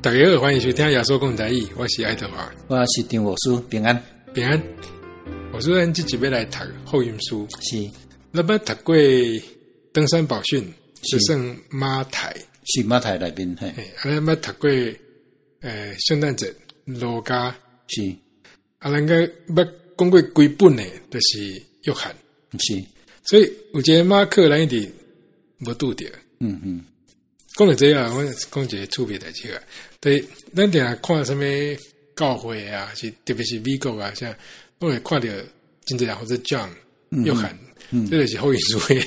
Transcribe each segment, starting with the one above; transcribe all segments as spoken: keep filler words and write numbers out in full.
大家好，欢迎收听耶稣讲台语，我是爱德华， 我是张牧师，平安平安。我说咱这集要来读后运书， 是， 咱捌读过登山宝训，就算马太， 是马太内面嘿， 啊，咱捌读过呃圣诞节路加， 是， 啊，咱个捌讲过几本的，就是约翰， 是， 所以有一个马克咱一直无拄着， 嗯嗯。 讲到这啊，我讲一个趣味代志啊。对，咱定看什么教会啊，是特别是美国啊，像我会看到真侪人或者 John 约翰， 嗯， 这就是后裔书的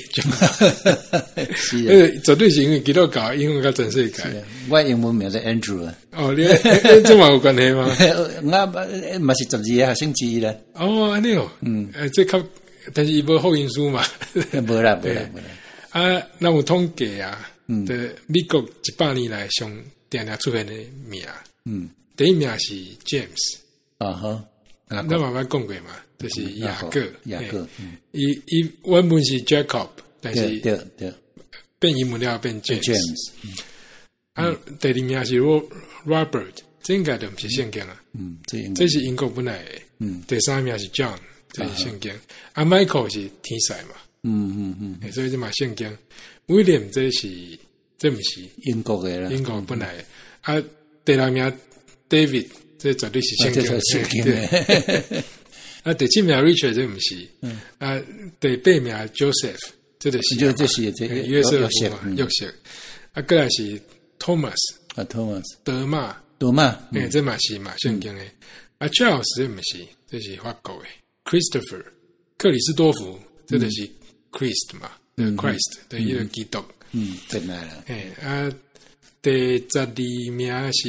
John，是啊， 呃，绝对是因为基督教英文甲全世界。 我英文名是 Andrew 啊。 哦，你这嘛有关系吗？ 我嘛是十二个学生之一啦。 哦，安尼哦，嗯，呃，这较，但是伊无后裔书嘛。 无啦，无啦，无啦。 啊，咱有统计啊。 嗯， 的美国一百年来上定定出现的名， 嗯， 第一名是 James， 啊哈， 咱慢慢讲过嘛，就是雅各， 雅各， 伊伊原本是 Jacob， 但是对对， 变英文了变 James， 啊，第二名是 Robert， 这应该都不是圣经啊， 嗯，这应该这是英国本来的，嗯，第三名是 John， 这是圣经，啊 ，Michael 是天使嘛， 嗯嗯嗯， 所以这嘛圣经。威廉这是这不是英国的啦， 英国本来的啊，第六名 David 这绝对是圣经，对。啊，第七名 Richard 这不是，嗯啊，第八名 Joseph 这就是就这是这个约瑟夫嘛，约瑟。啊，过来是 Thomas 啊 Thomas 德马德马， 诶，这嘛是嘛圣经的。啊 ，Charles 这不是，这是法国的 Christopher 克里斯多福，这就是 Christ 嘛。嗯、Christ 的一个基督， 嗯，真来了。 哎啊，第十二名是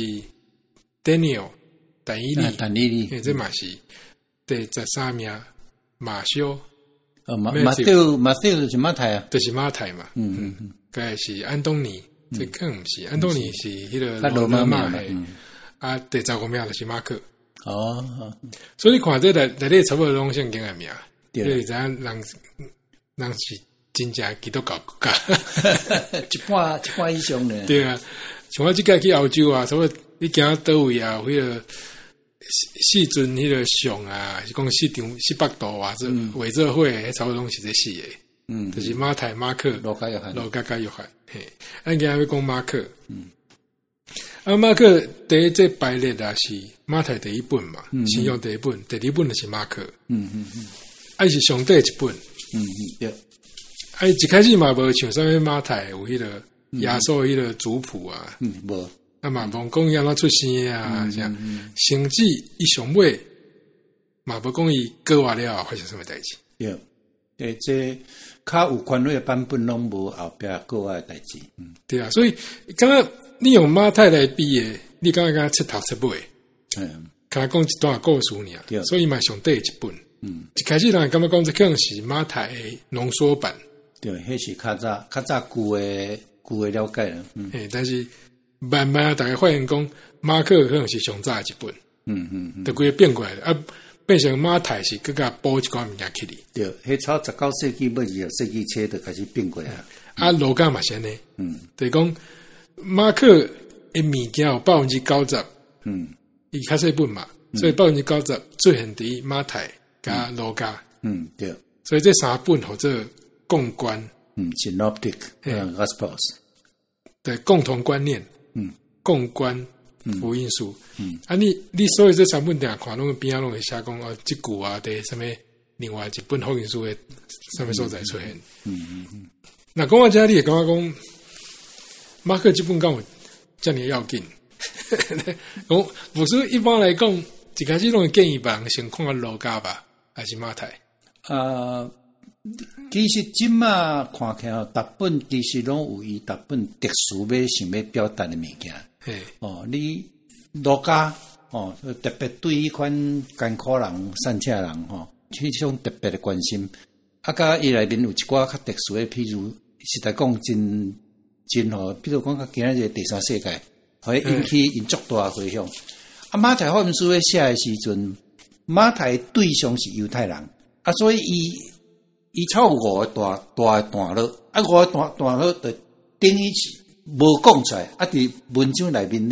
Daniel 但以理， 但以理， 哎，这嘛是第十三名马修， 哦马马修马修就是马太啊， 就是马太嘛， 嗯嗯嗯， 该是安东尼，这更不是安东尼是迄个罗马嘛， 啊，第十五名就是马克， 哦， 所以你看这来来这差不多拢圣经的名，对，咱人人是。真正基督教国家， 一半一半以上呢。 对啊，像我即届去澳洲啊，差不多你行到倒位啊，迄个四尊迄个像啊，是讲四张四百度啊，这伪造会，迄差不多拢是这四个。嗯，就是马太、马克、 路加、约翰、 路加加约翰。嘿，咱今日要讲马克。嗯，啊，马克第一这排列啊是马太第一本嘛，新约第一本，第二本就是马克。嗯嗯嗯，啊是上帝一本。 嗯嗯，对。 哎，一开始嘛无像啥物马太有迄个耶稣迄个族谱啊， 嗯，无啊嘛无讲伊安怎出生啊，像甚至伊上尾嘛无讲伊过活了发生什么代志。 对，诶，这较有权威的版本拢无后壁过活的代志。嗯，对啊，所以刚刚你用马太来比诶，你刚刚刚切头切尾，嗯，刚讲一段故事尔，所以嘛上帝一本。嗯，一开始人感觉讲这可能是马太诶浓缩版。 对，迄是较早较早旧诶旧诶了解了，嗯， 诶，但是慢慢大家发现讲马克可能是上早一本，嗯嗯嗯，就规个变过来了啊，变成马太是更加补一寡物件起哩。 对，迄从十九世纪末二十世纪初就开始变过来了。 啊，路加嘛是安尼，嗯，就是讲马克诶物件有百分之九十，嗯，伊较细本嘛，所以百分之九十出现伫马太加路加，嗯，对，所以这三本或者共观， 嗯 ，synoptic， 嗯 ，gospels 的共同观念，嗯，共观福音书，嗯，啊，你你所有这三本定看，拢边仔拢会写讲哦，即句啊，伫什么另外一本福音书的什么所在出现，嗯嗯嗯。那讲到这，你也感觉讲马克这本讲有遮尔要紧，讲不是一般来讲，一开始拢会建议别人先看路加吧，还是马太？ 啊。其实即马看起来，逐本其实拢有伊逐本特殊要想要表达的物件。哦，你路加哦，特别对迄款艰苦人、善车人吼，迄种特别的关心。啊，甲伊内面有一寡较特殊的，譬如实在讲真真吼，比如讲较今仔日第三世界，互伊引起因足大回响。啊，马太福音书咧写的时阵，马太对象是犹太人，啊，所以伊。伊超五个大大的段落，啊，五个段段落的定义是无讲出来，啊，伫文章内面咧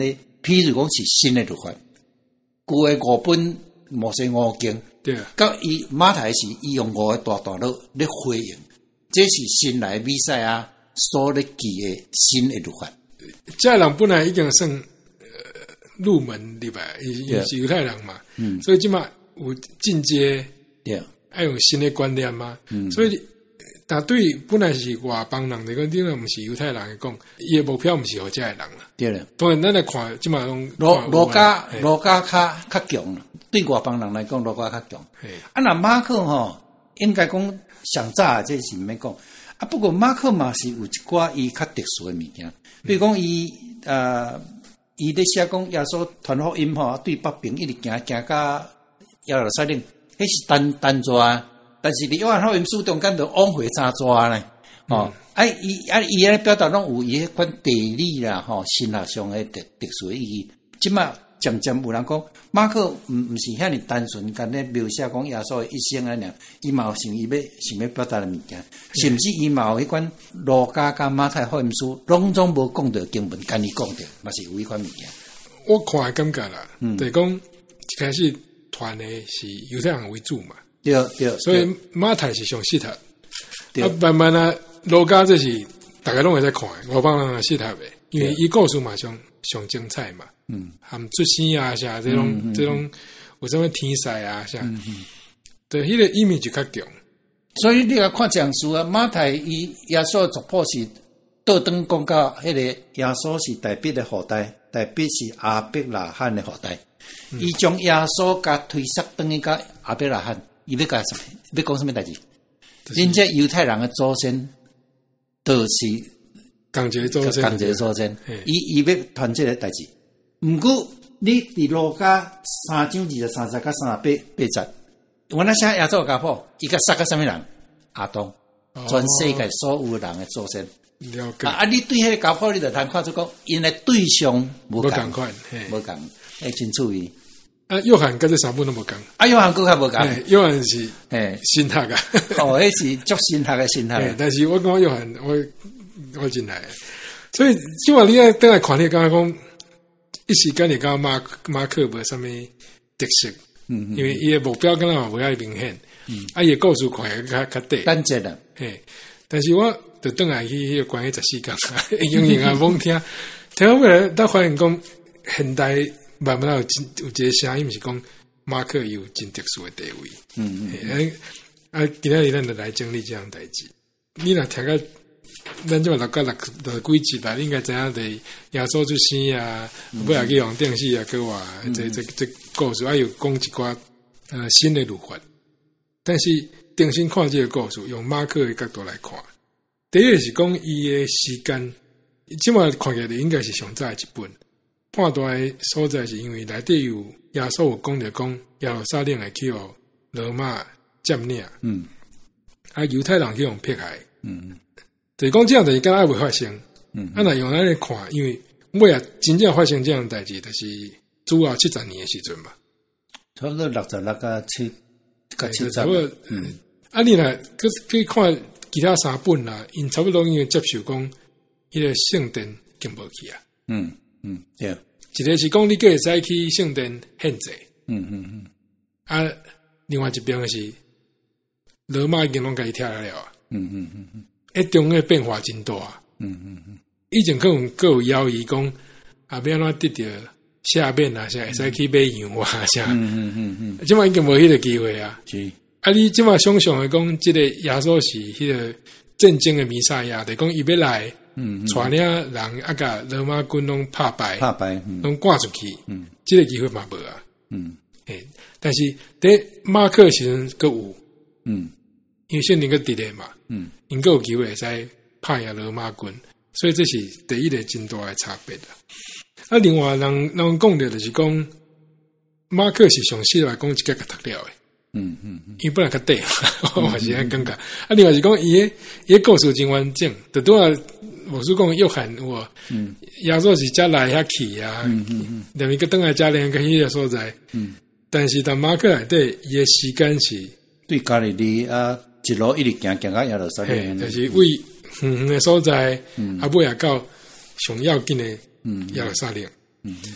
譬如讲是新的律法，旧的五本摩西五经， 对啊， 到伊马太是伊用五个大段落咧回应，这是新来比赛啊所咧记的新的律法。 这人本来已经算呃入门入来，伊是犹太人嘛，嗯，所以即码有进阶， 对， 爱用新的观念嘛， 嗯， 所以但对本来是外邦人嚟讲，顶个毋是犹太人嚟讲，伊的目标毋是互遮个人啦， 对了。 当然咱来看，即码拢罗罗家罗家较较强啦，对外邦人来讲，罗家较强。啊，那马可吼，应该讲上早这是毋免讲。啊，不过马可嘛是有一寡伊较特殊的物件，比如讲伊呃，伊咧写讲耶稣传福音吼，对北平一直行行到耶路撒冷，迄是单单抓啊。但是伫约翰福音书中间就往回三抓咧，哦，啊伊啊伊咧表达拢有伊迄款地理啦，吼，神学上诶特特殊意义。即马渐渐有人讲马可毋毋是遐尼单纯，干咧描写讲耶稣诶一生安尼，伊嘛有想伊要想要表达诶物件，甚至伊嘛有迄款路加甲马太福音书拢总无讲到经文，干伊讲着，嘛是有迄款物件。 我看诶感觉啦，嗯，就是讲一开始传诶是犹太人为主嘛。 对对， 所以马太是上适合，啊，慢慢啊，路加这是大家拢会在看，我帮人适合的，因为伊故事嘛上上精彩嘛，嗯，含出生啊啥这种、嗯、这种有什么天使啊啥，嗯嗯，对，迄、那个意味就较强。 所以你来看讲述啊，马太伊耶稣族谱是倒转讲到迄个耶稣是大卫的后代，大卫是亚伯拉罕的后代，伊、嗯、将耶稣甲推塞转去到亚伯拉罕。伊要讲什么？要讲什么代志？人家犹太人的祖先都是同一个祖先， 同一个祖先。伊伊要传这个代志。毋过你伫路加三章二十三节甲三十八八节，原来写亚洲家谱，伊甲杀个什么人？亚当，全世界所有人的祖先。 了解。 啊，你对迄个家谱，你就通看出讲，因的对象无共款， 无共，会真注意。 啊，约翰跟这三本都无共。 啊，约翰更较无共。 约翰是诶新学啊。 哦，迄是足新学的新学。 但是我讲约翰，我我进来，所以即话你爱等来看，你感觉讲一时间你讲马马克无啥物特色，嗯嗯，因为伊的目标敢若无遐明显，嗯，啊，伊的故事看起较较短， 单节啦， 嘿，但是我就等来去迄个关于十四讲，用用啊，罔听，听到后来，他发现讲现代。慢慢有真有一个声音是讲马克有真特殊的地位，嗯嗯，啊，今仔日咱就来整理这样代志。你若听个，咱即嘛六甲六六几集啦，你应该知影伫耶稣出生啊，尾也去用电视啊，去话这这这故事啊，有讲一寡呃新的律法。但是重新看这个故事，用马克的角度来看，第一个是讲伊的时间，即嘛看起来应该是上早一本。判断的所在是因为内底有耶稣有讲着讲耶路撒冷会去互罗马占领，嗯，啊犹太人去互迫害，嗯，就是讲这样代志敢若未发生，嗯，啊若用咱来看，因为尾啊真正发生这样代志，就是主后七十年的时阵嘛， 差不多六十六甲七甲七十， 嗯，啊你若去去看其他三本啦，因差不多因为接受讲迄个圣殿建无去啊， 嗯。嗯，对， 一个是讲你个会使去圣殿献祭， 嗯嗯嗯， 啊，另外一边是罗马已经拢甲伊拆了了啊， 嗯嗯嗯嗯， 迄中个变化真大啊， 嗯嗯嗯， 以前可能各有谣言讲啊，要安怎得着下面啊，啥会使去买羊啊，啥，嗯嗯嗯嗯，即摆已经无迄个机会啊， 是， 啊，你即摆想象的讲，即个耶稣是迄个战争的弥赛亚，就讲伊要来。嗯，带领人啊，甲罗马军拢拍败， 拍败， 拢赶出去。嗯，这个机会嘛无啊。 嗯， 诶，但是伫马克时阵佫有， 嗯， 因为圣灵佫伫咧嘛， 嗯， 因佫有机会会使拍赢罗马军，所以这是第一个真大的差别啦。啊，另外人人讲着就是讲，马克是上适来讲一个甲读了诶。 嗯嗯嗯， 因本来较短，我是安感觉。啊，另外是讲伊诶伊诶故事真完整，就拄啊。我是讲约翰我，嗯，耶稣是遮来遐去啊，嗯嗯嗯，等于个等来遮连个迄个所在，嗯，但是但马克内底伊诶时间是对加利利啊，一路一直行行到耶路撒冷， 就是为远远诶所在，嗯，啊尾也到上要紧诶，嗯，耶路撒冷，嗯，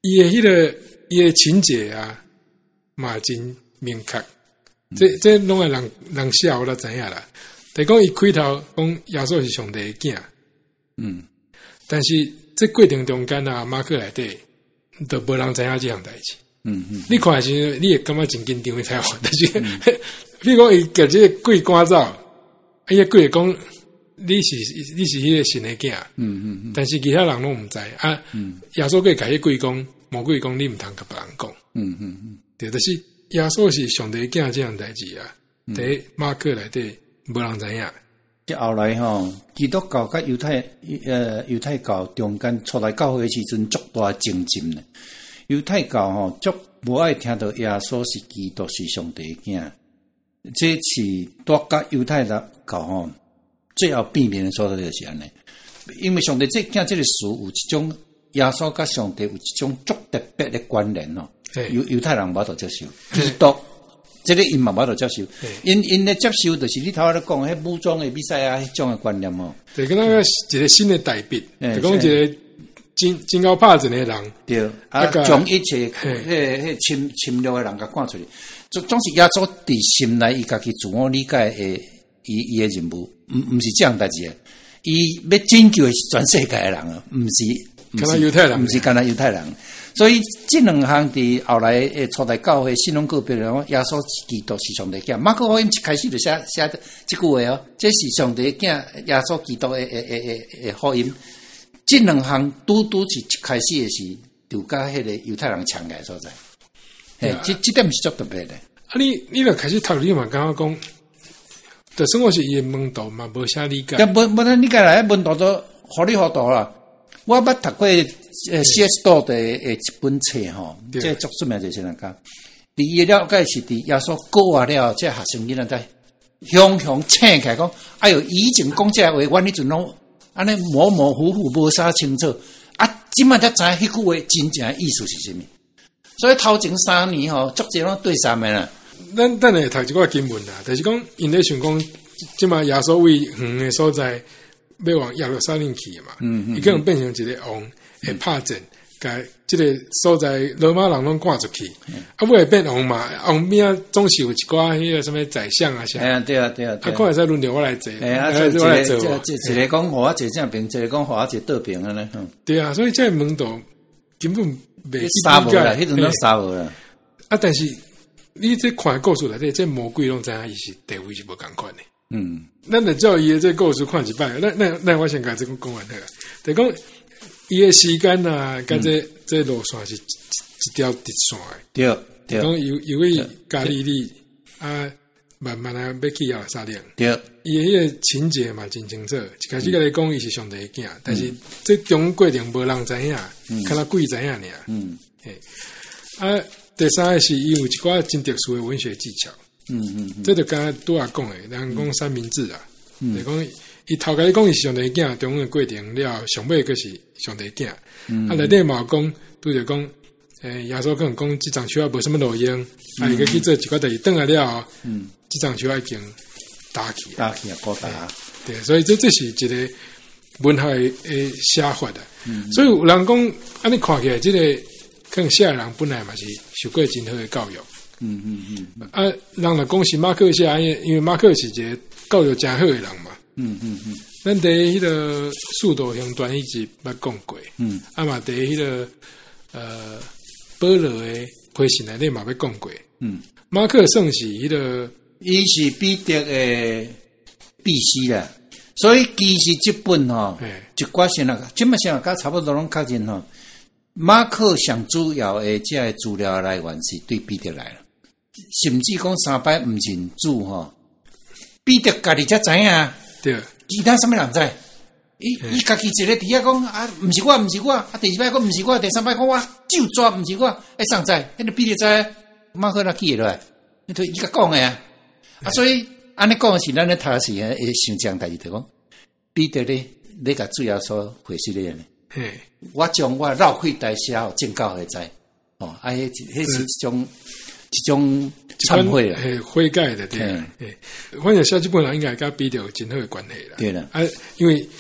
伊诶迄个伊诶情节啊，嘛真明确。嗯、这这拢会人人写我都知影啦。但讲伊开头讲耶稣是上帝诶囝，嗯，但是这过程中间啊，马可内底都无人知影即项代志。嗯嗯，你看时你会感觉真紧张诶才好，但是，嗯、比如讲伊夹即个鬼赶走，啊，伊个鬼讲你是你是迄个神诶囝，嗯嗯嗯，但是其他人拢毋知啊。嗯，耶稣个甲迄鬼讲，魔鬼讲你毋通甲别人讲，嗯嗯嗯，对，就是耶稣是上帝囝即项代志啊，伫、嗯、马可内底无人知影。 即后来吼，基督教甲犹太呃犹太教中间出来教会时阵，足大争执呢。犹太教吼，足无爱听到耶稣是基督是上帝囝，这是大家犹太教吼最后避免的所在就是安尼。因为上帝这囝这个词有一种耶稣甲上帝有一种足特别的关联咯。犹犹太人无法度接受，基督这个因嘛无法度接受，因因咧接受就是你头仔咧讲迄武装的比赛啊，迄种的观念哦。 对，跟那个一个新的代笔，就讲一个。真真够拍阵诶人， 对，啊，将一切迄迄侵侵略诶人甲赶出去，总总是耶稣伫心内伊家己自我理解诶，伊伊诶任务，毋毋是这样代志诶，伊要拯救诶是全世界诶人啊，毋是， 干那犹太人， 毋是干那犹太人，所以这两项伫后来诶初代教会信仰个别人讲，耶稣基督是上帝囝，马可福音一开始就写写即句话哦，这是上帝囝，耶稣基督诶诶诶诶诶福音。这两项拄拄是一开始的是，就甲迄个犹太人抢来所在。嘿，这这点是足特别的。 啊，你你著开始读你嘛，感觉讲，就算我是伊门徒嘛，无啥理解。 但无无咱理解来，门徒都糊里糊涂啦。我捌读过呃 C S 多的诶一本册吼，这足出名就是人讲，伫伊了解是伫耶稣过啊了，这学生囡仔在雄雄请起来讲，哎哟，以前讲这话，阮迄阵拢。安尼模模糊糊无啥清楚，啊，即摆才知迄句话真正意思是啥物。所以头前三年吼，足侪拢对三个啦。 咱等下读一寡经文啦，就是讲因咧想讲，即摆耶稣为远诶所在要往耶路撒冷去嘛，嗯嗯，伊可能变成一个王会拍阵，甲即个所在罗马人拢赶出去，嗯、啊，尾会变王嘛，王边啊总是有一寡迄个什么宰相啊啥， 哎呀，对啊，对啊， 啊，看会使轮到我来坐， 哎啊，这我来坐，这这一个讲互我坐正边，一个讲互我坐倒边安尼，嗯， 对啊，所以这门徒根本袂杀无啦，迄阵都杀无啦， 啊，但是你这看故事内底，这魔鬼拢知影伊是地位是无共款的，嗯，咱得照伊的这故事看一摆，那那那我先甲这个讲完好了，就讲。伊诶时间啊，甲这、嗯、这路线是一一条直线诶。 对对。 讲由由于加利利啊，慢慢啊要去耶路撒冷。 对。 伊诶迄个情节嘛真清楚，一开始甲你讲伊是上帝诶囝，嗯、但是这中过程无人知影，看到鬼知影尔。嗯。嘿。啊，第三个是伊有一寡真特殊诶文学技巧。嗯嗯嗯。这就刚才拄啊讲诶，人讲三明治啊，就讲。伊头家讲伊是上帝囝，中间过程了，上尾佫是上帝囝。嗯、啊，内底嘛讲，拄着讲，诶，耶稣可能讲，即场球啊无什么路用，啊，伊佫去做一寡代志，转来了，嗯，即场球已经打起， 打起啊，高打。 对，所以这这是一个文学诶写法的。嗯、所以有人讲，安尼看起来，即、這个可能写人本来嘛是受过真好诶教育。嗯嗯嗯。啊，人来讲是马克写，因为马克是一个教育真好诶人嘛。嗯嗯嗯，咱伫迄个速度相段一直捌讲过，嗯，啊嘛伫迄个呃保罗诶批信内底嘛捌讲过，嗯，马克算是迄个， 伊是彼得诶必须啦，所以其实即本吼，一寡先啊，即么先甲差不多拢确认吼，马克上主要诶即个资料来源是对彼得来了，甚至讲三摆毋认主吼，彼得家己才知影。 对， 其他什么人知？伊伊家己一个伫遐讲啊，毋是我，毋是我，啊，第二摆讲毋是我，第三摆讲我就抓毋是我，哎，上知，迄个彼得知，马可那记落来，伊伊甲讲诶啊，啊，所以安尼讲是咱咧读时诶，会想这样代志，就讲彼得咧，你甲主要所回事咧呢？嘿，我将我绕开代写正教会知，哦，啊，迄迄是一种。一种忏悔啦， 诶，悔改的对，诶，反正写这本人应该甲彼得有真好的关系啦， 对啦， 啊，因为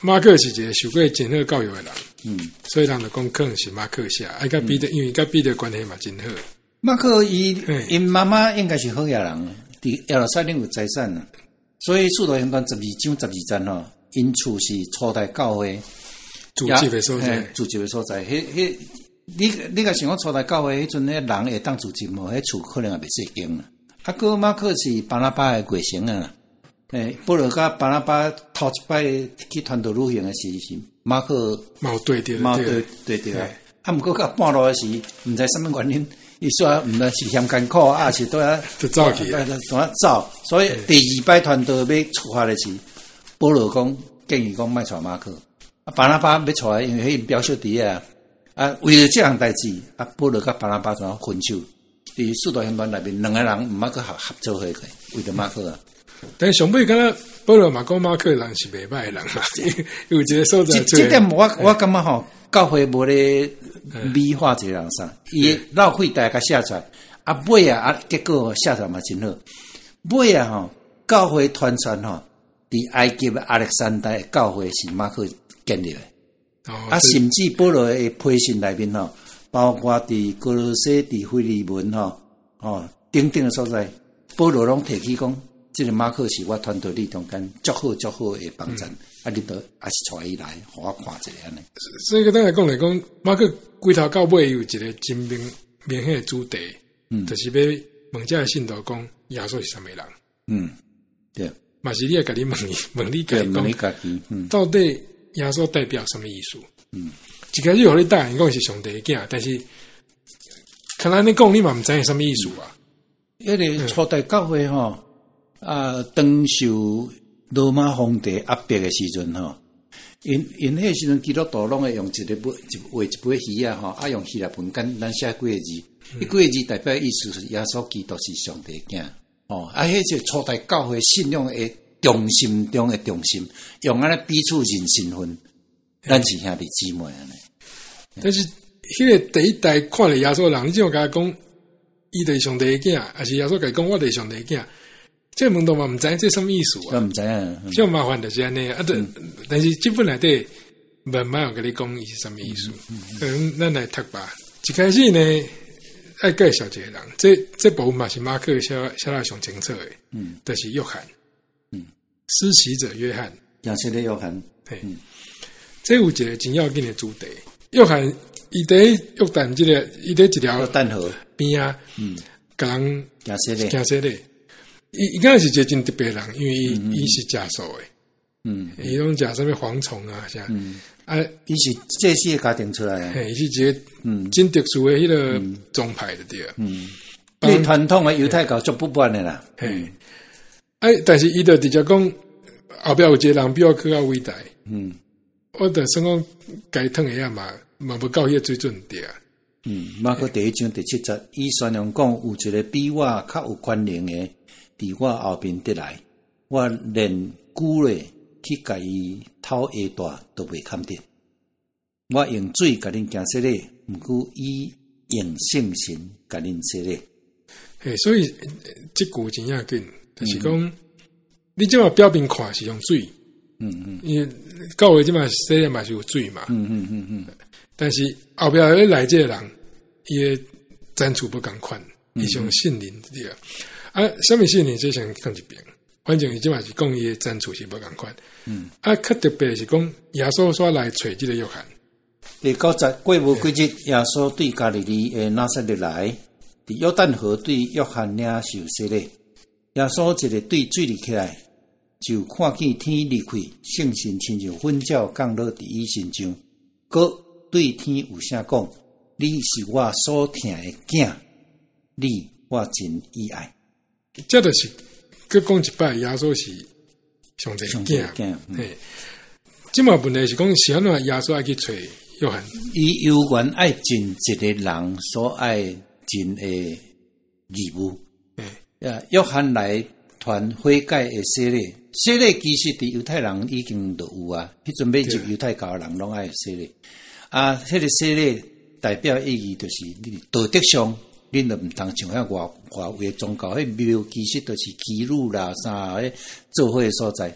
马克是一个受过真好教育的人， 嗯， 所以人就讲可能是马克写，啊，甲彼得、嗯、因为甲彼得关系嘛真好。 马克伊因妈妈应该是好野人，伫耶路撒冷有财产啊，所以使徒行传十二章十二章吼，因厝是初代教会组织的所在， 组织的所在。迄迄，你你甲想讲初代教会迄阵迄人会当组织无？迄厝可能也袂设经啦。啊，个马克是巴拿巴的继承啊。诶，保罗甲巴拿巴头一摆去传道旅行的时是马克矛对着， 矛对对对啊。啊，毋过到半路的时，毋知什么原因，伊说毋知是嫌艰苦啊，是都啊， 就走去， 怎啊走？所以第二摆传道要出发的时，保罗讲建议讲莫带马克，啊，巴拿巴要带，因为迄表小弟啊，啊，为了这项代志，啊，保罗甲巴拿巴怎啊分手？伫使徒行传内面，两个人毋捌去合合作伙过，为着马克啊。 但上尾敢若保罗嘛讲马克人是袂歹人嘛，有一个所在。 这点我我感觉吼，教会无咧美化这人啥，伊老费大家写出来，啊尾啊啊结果写出来嘛真好。尾啊吼，教会传传吼，伫埃及亚历山大教会是马克建立的，哦、啊甚至保罗的批信内面吼，包括伫哥罗西、伫腓利门吼，哦等等的所在，保罗拢提起讲。这个马克是我团队里中间足好足好的帮衬，嗯、啊，你都也是带伊来，互我看一下安尼。 所以，等来讲来讲，马克规头到尾有一个真明明显的主题，嗯，就是要问这个信徒讲，耶稣是啥物人？嗯，对，嘛是你要家己问你，问你家己讲，嗯，到底耶稣代表什么意思？嗯，一开始互你答案讲是上帝的囝，但是看来你讲你嘛毋知影什么意思啊？ 因为初代教会吼。啊，当受罗马皇帝压迫的时阵吼，因因迄时阵基督徒拢会用一个本一画一本鱼啊吼，啊用希腊文简单写几个字，伊几个字代表意思是耶稣基督是上帝囝哦，啊，迄就初代教会信仰的重心中的重心，用安尼彼此认身份，咱是兄弟姊妹安尼。 但是迄个第一代看了耶稣人，你就甲讲，伊就是上帝的囝，还是耶稣甲讲我就是上帝的囝？这问到嘛，唔知这什么意思啊？ 唔知啊， 比较麻烦就是安尼啊。对，但是基本来对，慢慢有跟你讲伊是什么意思。可能咱来读吧。一开始呢，爱介绍一个人，这这部分嘛是马克写写到上清楚的，嗯，就是约翰，嗯，施洗者约翰， 亚瑟的约翰， 对，这有一个真要紧的主题。约翰伊在约旦这个，伊在一条约旦河边啊，嗯，甲人亚瑟的， 亚瑟的。伊伊敢是一个真特别人，因为伊伊是食素诶，嗯，伊拢食什么蝗虫啊，啥，嗯，啊， 伊是这些家庭出来诶，伊是一个嗯真特殊诶迄个宗派的对啊，嗯， 对传统诶犹太教足不办诶啦， 嘿，哎，但是伊就直接讲后壁有一个人比我更较伟大，嗯，我就算讲该疼诶啊嘛，嘛无到迄个水准对啊， 嗯，马可第一章第七节，伊宣扬讲有一个比我较有权能诶。伫我后边得来，我连久咧去甲伊偷下大都袂堪得。我用水甲恁行洗礼，毋过伊用圣神甲恁洗礼。 嘿，所以即句真要紧，就是讲、嗯、你即马表面看是用水，嗯嗯，因为教会即马洗礼嘛是有水嘛，嗯嗯嗯嗯，但是后壁咧来即个人，伊诶赞助不共款，伊是用信灵对啊。啊，什么事呢？这先看一遍。反正伊即嘛是讲伊诶赞助是无共款。嗯。啊，较特别是讲耶稣所来找即个约翰。 第九节过无几日，耶稣对加利利诶拿撒勒来，伫约旦河对约翰领受洗礼。耶稣一个对水里起来，就看见天离开，圣神亲像粉鸟降落伫伊身上，佮对天有声讲：你是我所疼诶囝，你我真意爱。 这就是佮讲一摆，耶稣是上帝囝。嘿，即嘛问题是讲，是安怎耶稣爱去找约翰？ 伊有缘爱尽一个人所爱尽诶义务。啊，约翰来传悔改诶洗礼，洗礼其实伫犹太人已經都有啊。迄陣要入猶太教人攏愛洗禮啊，迄、那個洗禮代表意義就是你道德上。恁就毋通像遐外外圍宗教，迄廟其實都是基路啦啥，迄做伙誒所在。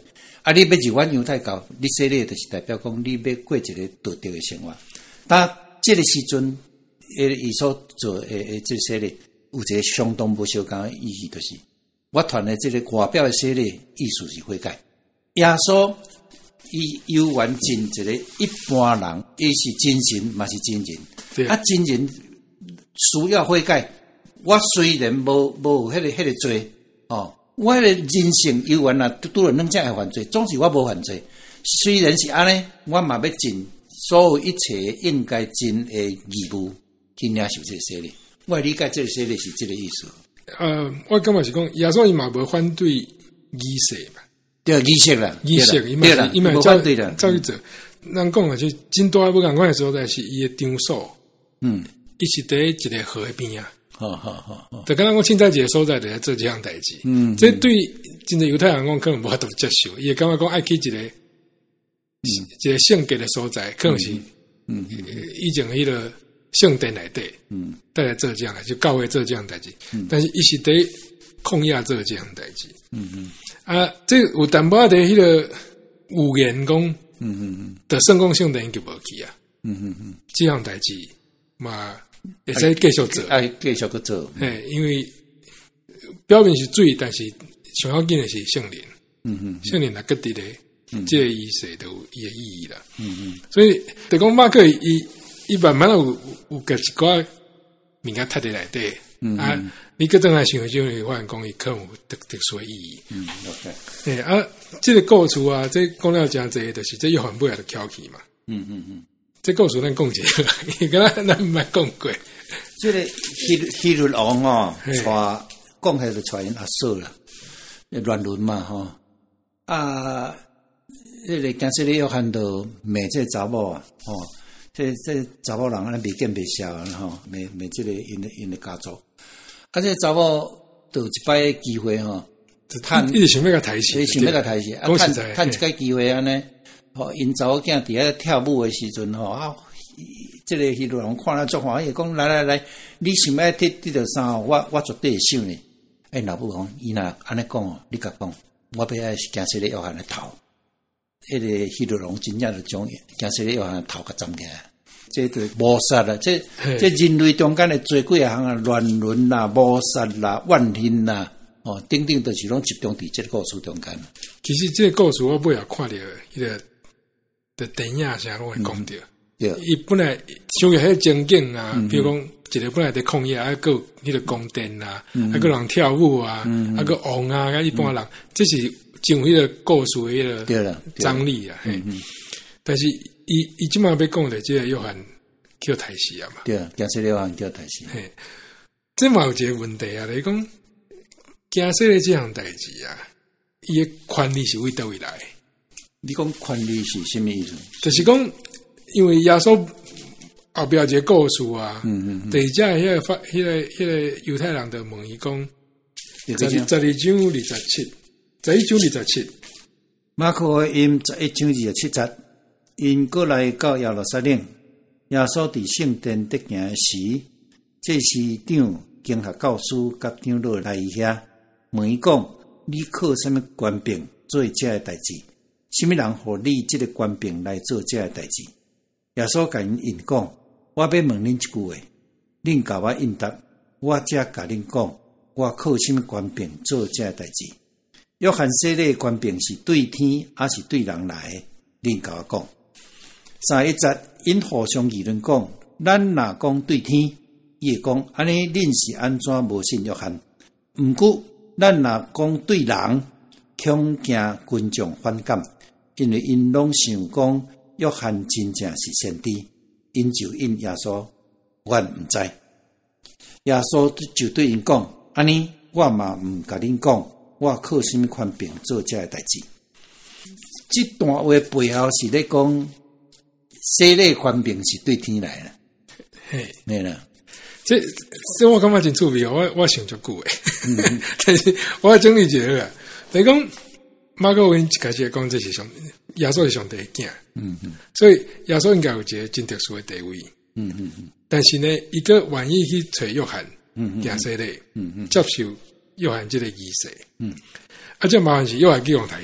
啊，你要入阮犹太教，你洗礼就是代表讲你要过一个道德的生活。但这个时阵，诶，伊所做诶诶，这洗礼有一个相当无相共的意义，就是我传的这个外表的洗礼意思是悔改。耶稣伊有完尽一个一般人，伊是真神，嘛是真人。啊，真人需要悔改。我虽然无无迄个迄个罪哦，我迄个人性有完啊，拄了两只会犯罪，总是我无犯罪。虽然是安尼，我嘛要尽所有一切应该尽的义务去领受这个洗礼。我理解这个洗礼是这个意思。 呃，我感觉是讲耶稣伊嘛无反对仪式嘛， 对仪式啦， 仪式伊嘛伊嘛照照去做。咱讲的就真大不共款的所在是伊的场所，嗯，伊是伫一个河边啊。 好好好好， 就刚刚我清代节所在的做这样代志，嗯，这对真正犹太人讲可能无法度接受，伊感觉讲爱去一个、嗯、一个圣洁的所在，可能是嗯以前迄个圣殿内底，嗯，带来做这样的，就教会做这样代志，嗯，但是伊是伫抗压做这样代志，嗯嗯，啊，这有淡薄仔伫迄个语言讲，嗯嗯嗯，的圣公圣殿就无去啊，嗯嗯嗯，这样代志嘛。会使继续做， 哎，继续去做。 嘿，因为表面是水，但是上要紧的是圣灵。嗯嗯，圣灵来决定的，这个仪式都有伊的意义啦。嗯嗯，所以就讲马克伊伊慢慢有有个一寡物件贴伫内底。嗯啊，你个正来想就会发现讲伊可能有特特殊的意义。嗯 ，OK。诶啊，这个故事啊，这讲了真济，就是这约翰尾仔的巧起嘛。嗯嗯嗯。这故事咱讲一下，伊敢若咱毋捌讲过。 这个希希律王哦，带讲起就带因阿嫂啦，乱伦嘛吼。啊，迄个惊死咧约翰就骂这查某啊，吼，这这查某人安尼未见未晓啊，吼，骂骂这个因的因的家族。啊，这查某就有一摆机会吼，就趁一直想要甲抬起， 想要甲抬起，啊，趁趁一个机会安尼。吼，因查某囝伫遐跳舞诶时阵吼啊，即、这个希律王看了足欢喜，讲来来来，你想要摕摕着衫，我我绝对会收呢。诶、欸，老母讲，伊若安尼讲哦，你甲讲，我要爱是惊死咧约翰诶头，迄、那个希律王真正就将惊死咧约翰诶头甲斩起来，这就谋杀啦，这这人类中间诶做几项啊，乱伦啦、谋杀啦、怨恨啦。哦，顶顶就是拢集中伫这个故事中间。 其实这个故事我尾也看着迄个。的电影啥拢会讲到，伊、嗯、本来像个迄情景啊，嗯、比如讲一个本来伫抗议啊，个迄个宫殿啊，嗯、啊个人跳舞啊，嗯、啊个王啊，啊一般人，嗯、这是真有迄个故事的迄个张力啊。嘿，嗯、但是伊伊即马要讲的，这个约翰叫台死啊嘛。 对啊，惊死约翰叫台死。 嘿，这嘛有一个问题啊，你讲惊死的这项代志啊，伊的权利是为倒位来？ 你讲权利是什么意思？ 就是讲，因为耶稣后壁一个故事啊，嗯嗯嗯，第二只迄个发，迄个迄个犹太人就问伊讲，十十二章二十七，十一章二十七， 马可因十一章二十七节，因过来到耶路撒冷，耶稣伫圣殿得行时，这市长、经学教师甲长老来伊遐，问伊讲，你靠什么权柄做这个代志？什么人互你这个官兵来做这个代志？耶稣甲因应讲：我要问恁一句话，恁甲我应答，我才甲恁讲，我靠什么官兵做这个代志？约翰洗礼的官兵是对天还是对人来的？恁甲我讲。三一节因互相议论讲：咱若讲对天，伊会讲安尼，恁是安怎无信约翰？毋过咱若讲对人，恐惊群众反感。因为因拢想讲约翰真正是先知，因就因耶稣，我毋知。耶稣就对因讲：安尼，我嘛毋甲恁讲，我靠什么权柄做这个代志？这段话背后是咧讲，洗礼权柄是对天来的。嘿，对啦。 这这我感觉真趣味，我我想足久诶。嗯、但是我整理一下啦，等于讲。马可福音一开始讲这是上耶稣是上帝的囝，嗯嗯，所以耶稣应该有一个真特殊的地位，嗯嗯嗯。但是呢，伊个愿意去找约翰，嗯嗯，行洗礼，嗯嗯，接受约翰这个仪式，嗯。啊，这麻烦是约翰去用台词啊，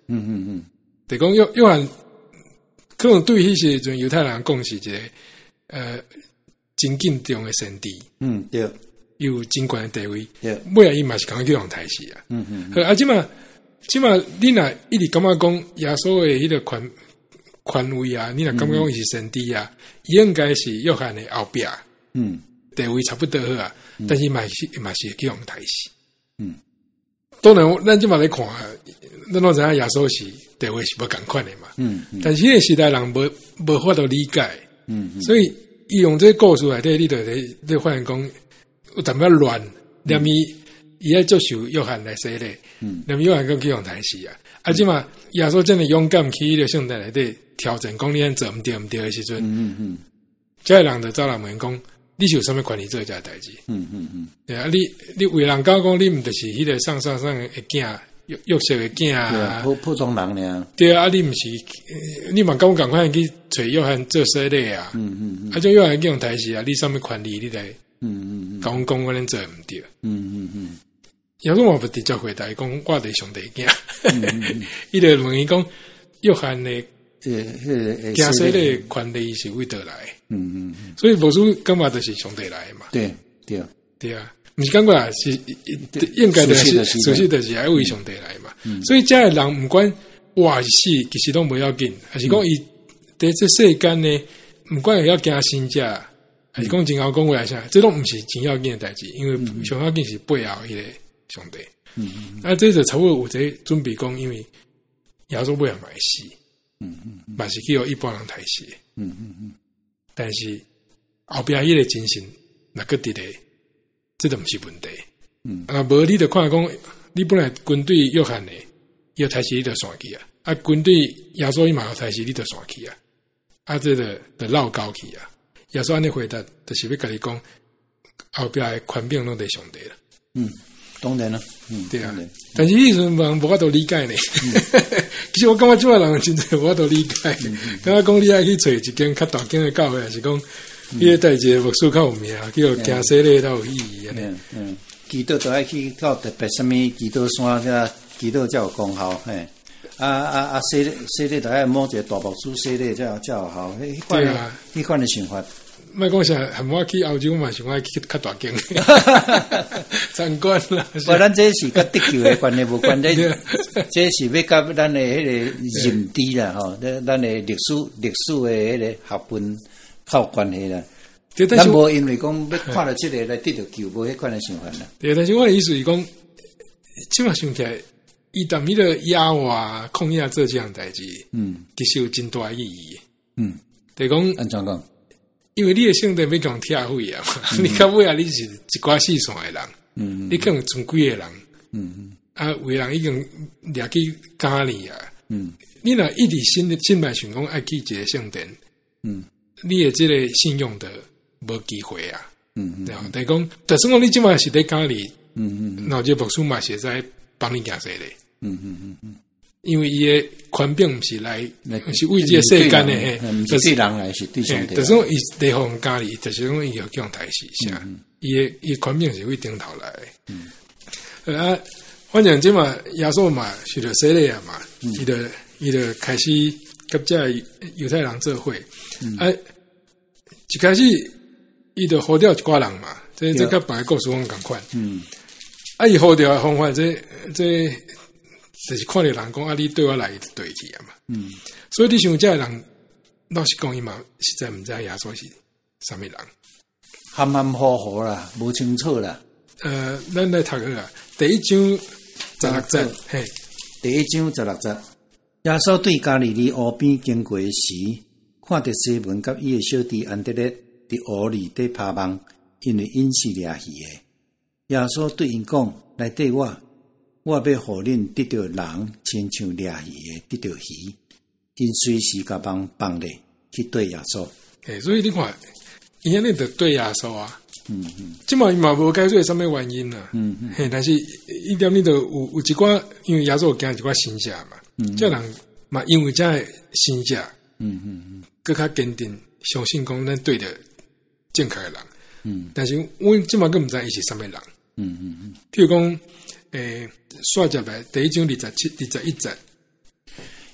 嗯嗯嗯， 就讲约约翰可能对迄时阵犹太人讲是一个呃真敬重的先知， 嗯对， 有真悬的地位， 对， 尾仔伊嘛是感觉叫人抬死啊， 嗯嗯， 好啊，即嘛即嘛，你若一直感觉讲耶稣的迄个权权威啊，你若感觉讲伊是先知啊，伊、嗯、应该是约翰的后壁，嗯，地位差不多好啊，嗯、但是嘛是嘛是叫人抬死，嗯，当然咱即嘛来看，咱拢知影耶稣是地位是无共款的嘛，嗯，嗯但是迄个时代人无无法度理解，嗯，嗯所以伊用这个故事内底，你就咧咧发现讲有淡薄乱，连伊伊爱接受约翰来洗礼，嗯，连约翰讲叫人抬死啊，啊，即嘛耶稣真的勇敢去迄个圣殿内底挑战，讲你安做毋对毋对的时阵，嗯嗯嗯，这个人就走来问讲。你是有啥物权利做这代志？嗯嗯嗯，对啊，你你为人讲讲，你毋就是迄个上上上的囝，约约瑟的囝啊？ 普普通人俩。 对啊，你毋是，你嘛跟我赶快去找约翰做洗礼啊？嗯嗯嗯，啊，种约翰叫人抬死啊！你啥物权利？你来，嗯嗯嗯，讲讲我恁做毋对。嗯嗯嗯，有种我不直接回答讲，我就是上帝囝。嗯嗯嗯，伊就问伊讲，约翰的。 这这假设的权利是为得来， 嗯嗯嗯， 所以无说感觉就是上帝来嘛， 对对对啊，不是感觉是应该的是，熟悉的是爱为上帝来嘛，嗯、所以这个人不管活是死，其实都不要紧，还是讲伊在这世间呢，不管会要惊新价，还是讲真后讲话啥，这都不是真要紧的代志，因为上要紧是背后迄个上帝，嗯嗯，啊，这就差不多有这准备讲，因为耶稣尾也买死。嗯嗯，嘛是叫一般人抬死，嗯嗯嗯，但是后壁迄个精神，那个伫咧，这都毋是问题，嗯啊，无你就看讲，你本来军队约翰诶，要抬死你就散去啊，啊，军队耶稣伊嘛要抬死你就散去啊，啊，这个就绕高去啊，耶稣安尼回答，就是要甲你讲，后壁诶权柄拢伫上帝啦， 嗯。当然了，嗯， 对啊，但是迄阵人无法度理解呢。嗯、其实我感觉即个人真侪无法度理解。感觉讲你爱去找一间较大间的教会，还是讲迄个代志牧师较有名，叫行洗礼较有意义安尼。 嗯，祈祷都爱去到特别什么祈祷山遮，祈祷才有功效。嘿，啊啊啊，洗洗礼都爱摸一个大牧师洗礼才才有效。迄款啊，迄款的想法。 莫讲啥，含我去欧洲嘛，想我去较大间参观啦。 不，咱这是甲地球的关系无关系，这是要甲咱的迄个认知啦，吼，咱的历史历史的迄个学分较有关系啦。咱无因为讲要看了这个来得到救，无迄款的想法啦。 对，但是我的意思是讲，即马想起来，伊踮迄个野外抗议做这样代志，嗯，其实有真大意义。嗯，就讲安怎讲？ 因为你的圣殿要讲拆毁啊，嗯、你到尾啊，你是一寡四散的人，嗯，你可能存几个人，嗯嗯，啊，有的人已经掠去咖喱啊，嗯，你若一直心心内想讲爱去一个圣殿，嗯，你的这个信用的无机会啊，嗯嗯，对啊，但讲，但是讲你即马是在咖喱，嗯嗯，然后这牧师嘛是在帮你行洗礼，嗯嗯嗯嗯。因为伊诶权柄毋是来，是为这个世间诶， 毋是对人来，是对上帝。 就是讲伊地方家里，就是讲伊要叫人抬死下，伊诶伊权柄是为顶头来。嗯，啊，反正即嘛耶稣嘛是着洗礼啊嘛，伊着伊着开始甲这犹太人做伙，啊，一开始伊着呼调一寡人嘛，这这甲别个故事讲共款。嗯，啊，伊呼调诶方法，这这。就是看到人讲啊，你对我来对去啊嘛，嗯，所以你想这个人老实讲，伊嘛实在毋知耶稣是啥物人， 含含糊糊啦，无清楚啦。 呃，咱来读好啊，第一章十六节，嘿， 第一章十六节，耶稣对加利利湖边經過時，看到西門甲伊誒小弟安德烈佇湖裡底拍網，因為因是掠魚誒。耶穌對因講：來對我。我要互恁得到人，親像掠魚誒得到魚，因隨時甲網放咧去對耶穌。 誒，所以你看，伊安尼着對耶穌啊，嗯嗯，即嘛伊嘛無解釋啥物原因啊，嗯嗯，嘿，但是伊點你着有有一寡，因為耶穌有驚一寡新者嘛，嗯，即人嘛因為遮個新者，嗯嗯嗯，更較堅定相信講咱對着正確誒人，嗯，但是阮即嘛佫毋知伊是啥物人，嗯嗯嗯，譬如講。誒，刷入來第一章二十七、二十一節，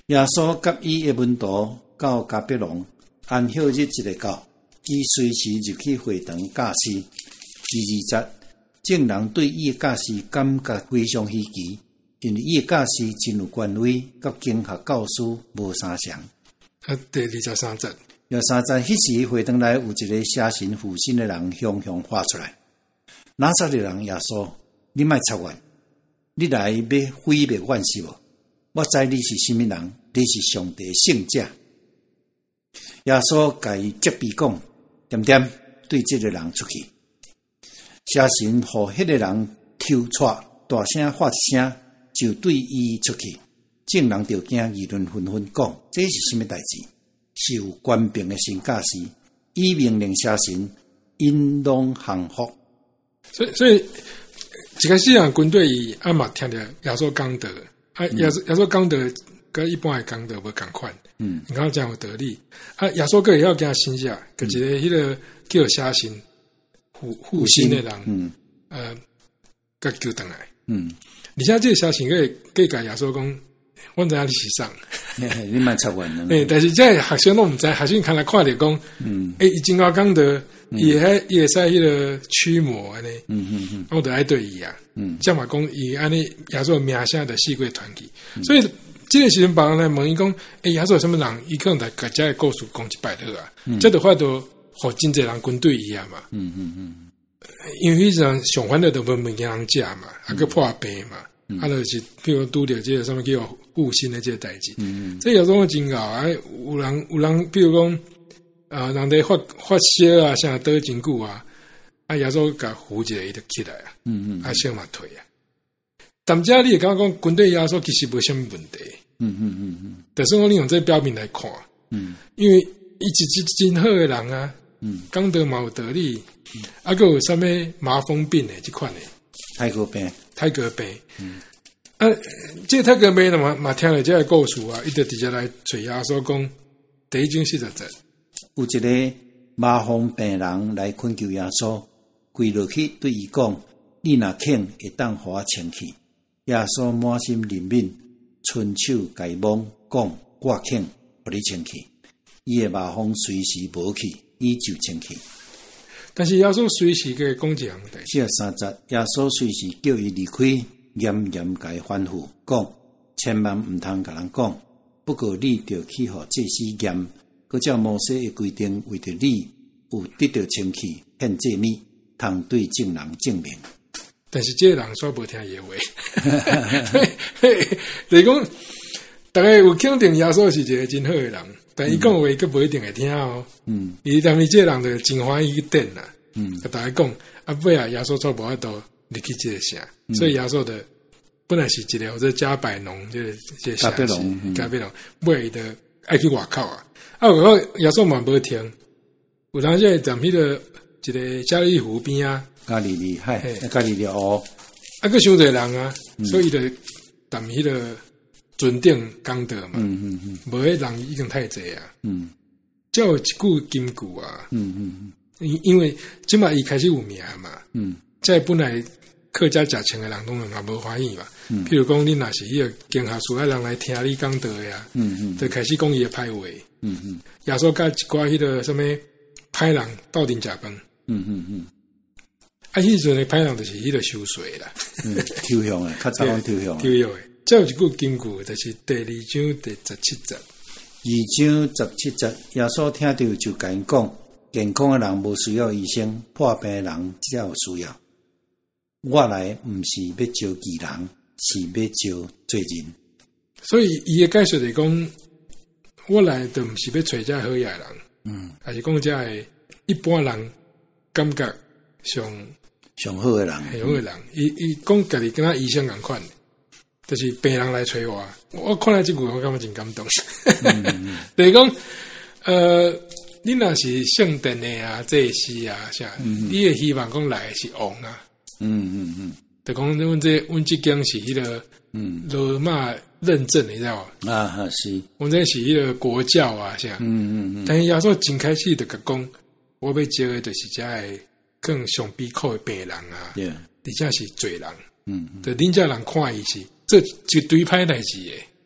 耶稣甲伊的门徒到迦百农，按休日一个到，伊随时入去会堂教师。第二节，众人对伊的教师感觉非常稀奇，因为伊的教师真有权威，甲经学教师无相像。 啊，第二十三节， 廿三节，迄时会堂内有一个邪神附身的人向向画出来。拿撒勒人耶稣，你莫插我，你来要毁灭阮是无？我知你是甚物人，你是上帝圣者。耶稣甲伊责备讲，点点对这个人出去。邪神互迄个人抽掣，大聲發一聲，就對伊出去。眾人就驚，議論紛紛講：這是什麼代志？是有權柄的神教師，以命令邪神，因攏降服。 所以，所以一開始人軍隊伊阿嘛聽着耶穌講道，啊耶穌耶穌講道，跟一般的講道無共款。嗯，你看講有道理。啊，耶穌個也要驚神者，個一個迄個叫邪神附附身的人，嗯，呃，甲救回來。嗯，而且這個邪神個個甲耶穌講。我知影你是啥， 你蠻插完了。 誒，但是這學生都唔知，學生看來看着講，嗯，誒，伊真夠講的，伊喺伊會使迄個驅魔安尼，嗯嗯嗯，我就愛對伊啊，嗯，即嘛講伊安尼耶穌名聲的四界傳奇，所以這個時陣別人來問伊講，誒，耶穌有什麼人？伊可能來甲這個故事講一擺好啊，這就發到互真濟人軍隊伊啊嘛，嗯嗯嗯，因為迄陣上反正都無物件人食嘛，啊個破病嘛。啊，就是譬如拄着即個什麼叫護心的即個代誌，嗯嗯，這有種真搞啊！有人有人，譬如講，啊，人哋發發燒啊，像得真久啊，啊，耶穌甲扶一下伊就起來啊，嗯嗯，啊，先嘛退啊。但遮你會感覺講軍隊耶穌其實無啥物問題，嗯嗯嗯嗯，但是我利用這表面來看，嗯，因為伊是真真好的人啊，嗯，講得嘛有道理，嗯，啊，個有啥物麻風病的即款的。 泰國病， 泰國病，嗯，啊，這個泰國病嘛嘛聽了這個故事啊，伊就直接來找耶穌講，第一章四十節， 有一個麻風病人來懇求耶穌，跪落去對伊講：你若肯會當互我清去。耶穌滿心憐憫，伸手甲伊摸，講：我肯互你清去。伊個麻風隨時無去，伊就清去。 但是耶穌隨時嘅講一項代， 四十三節，耶穌隨時叫伊離開，嚴嚴甲伊吩咐講，千萬毋通甲人講。不過你着去互祭司驗，擱照摩西嘅規定，為着你有得到清氣，獻祭物，通對眾人證明。 但是這個人煞無聽伊話，就是講，大家有肯定耶穌是一個真好嘅人。但伊講話佢無一定會聽哦，嗯，伊但係這個人就真歡喜去點啦，嗯，甲大家講，啊尾啊耶穌做無法度入去這個城，嗯、所以耶穌的本來是一個或者加百農，這個這個城市加百農，尾的愛去外口啊，啊外口耶穌嘛無聽，有人在站迄個一個加利利湖邊啊， 加利利海，加利利湖， 啊個傷儕人啊，嗯、所以伊就站迄個。尊頂講道嘛，嗯嗯嗯，無迄人已經太濟啊，嗯，才有一句金句啊，嗯嗯嗯，因因為即馬伊開始有名嘛，嗯，即本來客家食穿嘅人攏嘛無歡喜嘛，嗯，譬如講你若是迄個經學書啊人來聽你講道呀，嗯嗯，就開始講伊嘅歹話，嗯嗯，耶穌甲一寡迄個什麼歹人鬥陣食飯，嗯嗯嗯，啊，迄陣嘅歹人就是迄個收稅啦， 嗯，抽象誒，較早講抽象， 抽象誒。再有一句金句，就是第二章第十七節。 二章十七節，耶穌聽到就甲因講：健康嘅人無需要醫生，破病嘅人才有需要。我來毋是要招義人，是要招罪人。 所以伊嘅解說嚟講，我來就毋是要找遮好嘢人，嗯，還是講遮係一般人感覺上上好嘅人， 係好嘅人。伊伊講家己跟他醫生共款。就是病人來找我，我看了這句我感覺真感動。嗯、就是講，呃，你若是聖殿的啊、祭司啊，啥，嗯、你也希望講來是王啊。嗯嗯嗯。就講阮這阮這間是迄、那個，嗯，羅馬認證的，你知道嗎？啊哈是。阮這是迄個國教啊，啥。嗯嗯嗯。但是耶穌真開始就甲講，我要招的就是遮個更上悲苦的病人啊，而且是罪人。嗯。就恁遮人看伊是。這絕對歹代誌誒，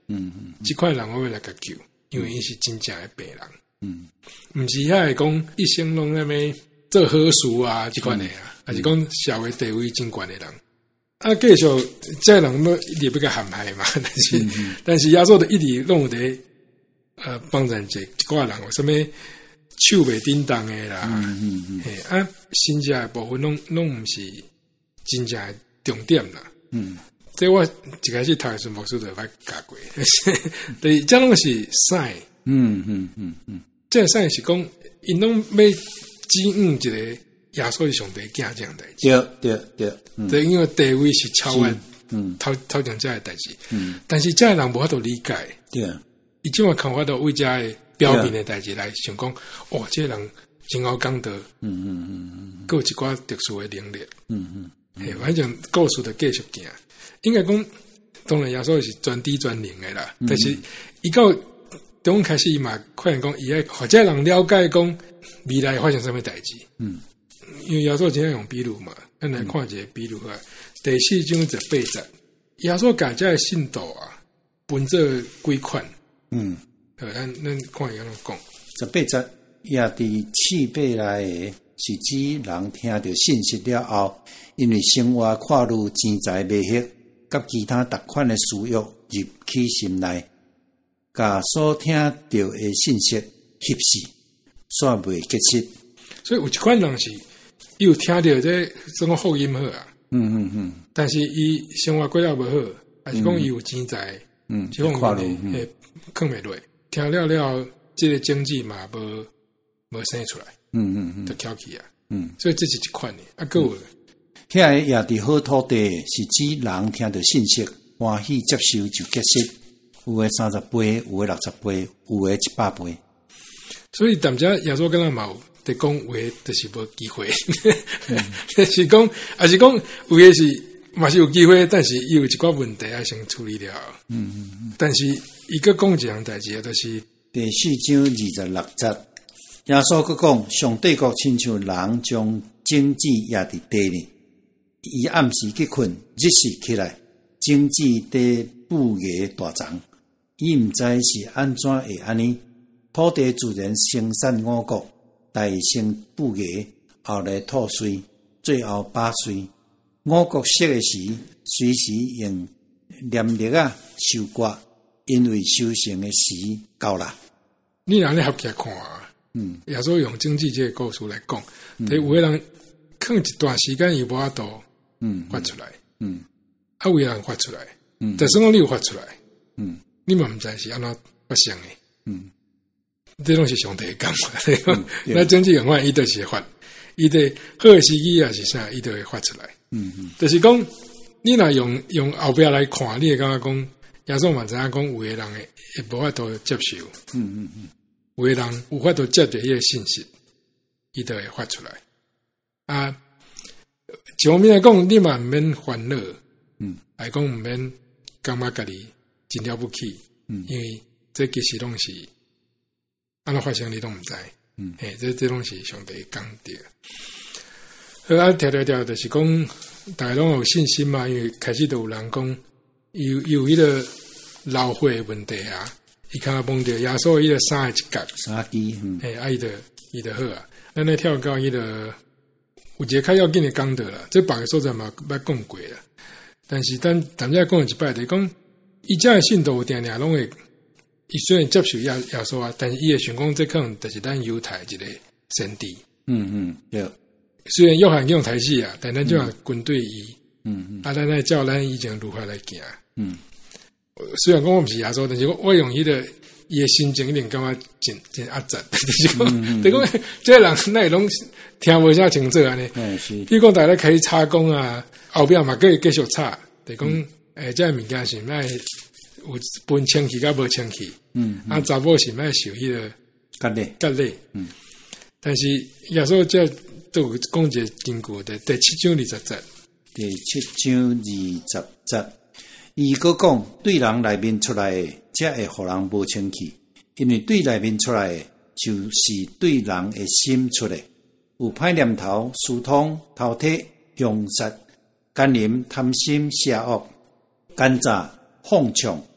嗯嗯， 即款人我要来甲救，因为伊是真正诶病人。嗯，毋是遐会讲一生拢那边做好事啊，即款诶啊，还、嗯、是讲社会地位真悬诶人。啊，继续这人要一直要甲陷害嘛，但是、嗯、但是亚洲的一直拢有伫呃帮人者一寡人，什么手袂叮当诶啦，嗯嗯嗯，嘿啊，新加诶部分拢拢毋是真正诶重点啦。嗯，这我一开始读诶时牧师就捌教过，但是这拢是sign。嗯嗯嗯嗯。这赛是讲，因拢要指引一个耶稣是上帝囝这样代志。 对对对， 嗯、对，因为地位是超越，嗯，头头前这个代志。嗯，但是这个人无法度理解。对，伊怎么看法度为这个表面的代志来想讲，哦，这个人真有功德。嗯嗯嗯嗯，佮有一寡特殊的能力。嗯嗯，嘿，反正故事就继续行。应该讲，当然耶稣是专知专能的啦，嗯、但是伊到中开始伊嘛，可能讲伊爱或者人了解讲未来发生什么代志。嗯，因为耶稣今天用比喻嘛，咱来看一个比喻啊。第四章十八节，耶稣甲这个信徒啊，分做几款。嗯，好，咱咱看伊安怎讲。 十八节也伫四百来个是指人听到信息了后，因为生活跨入钱财美色，甲其他特款的私欲入去心内。甲所聽到的信息翕死，煞未結束。 所以有一款人是，伊有聽到這種福音好啊，嗯嗯嗯，但是伊生活過得無好，還是講伊有錢財，嗯，這方面誒囥袂落，聽了了，這個經濟嘛無無生出來，嗯嗯嗯，就翹起啊，嗯，所以這是一款嘅，啊個有， 遐個也佇好土地，是指人聽到信息，歡喜接受就結束。有誒三十倍，有誒六十倍，有誒一百倍。 所以大家耶穌跟他嘛有在講話，就是無機會。嗯、就是講，還是講有誒是嘛是有機會，但是伊有一寡問題要先處理了。嗯嗯嗯。但是伊個講一樣代志，就是第四章二十六節，耶穌閣講，上帝國親像人將種子壓佇地裡，伊暗時去困，日時起來，種子地布芽大長。伊毋知是安怎會安尼，土地自然生產五穀，大生布芽，後來吐穗，最後把穗。五穀熟的時，隨時用念力啊收割，因為收成的時到啦。 你若咧合起來看啊，嗯，耶穌用經濟這個故事來講，但、嗯、有個人囥一段時間伊無法度嗯發出來，嗯，啊有個人發出來，嗯，但是講你有發出來，嗯。你嘛毋知是安怎發生誒，嗯，這攏是上帝講法，那經濟用法伊著是會發，伊著好誒時機也是啥，伊著會發出來，嗯嗯，就是講你若用用後壁來看，你會感覺講，耶穌嘛知影講有誒人會會無法度接受，嗯嗯嗯，有誒人有法度接着迄個信息，伊著會發出來，啊，一方面來講，你嘛毋免煩惱，嗯，來講毋免感覺家己。真了不起，嗯，因為這其實攏是安怎發生你都毋知，嗯，嘿，這這攏是上帝講的。好啊，條條條就是講，大家攏有信心嘛，因為開始都有人講，有有迄個老火的問題啊，伊看到碰到耶穌迄個三個一角， 三支，嗯， 嘿，啊，伊就伊就好啊，咱來跳到迄個有一個較要緊的講道啦，這別個所在嘛捌講過啦，但是咱咱遮講一擺就講。伊遮誒信徒定定攏會，伊雖然接受耶耶穌啊，但是伊會想講，這可能就是咱猶太一個先知。嗯嗯，對。雖然約翰用台語啊，但咱就要軍隊伊。嗯嗯。啊，咱來教咱以前如何來行。嗯。雖然講我毋是耶穌，但是我我用伊個伊誒心情一定感覺真真壓榨。就是講，就講，這人那會攏聽無啥清楚安尼。嗯是。比如講，大家開插工啊，後壁嘛可以繼續插，就講。誒，這個物件是賣有分清氣甲無清氣，嗯，啊，查某是賣受迄個割禮，割禮，嗯，但是耶穌這都有講一個根據的，第七章二十節， 第七章二十節，伊閣講對人內面出來的，才會互人無清氣，因為對內面出來的，就是對人的心出來，有歹念頭、私通、饕餮、凶殺、奸淫、貪心、邪惡。奸詐、放縱、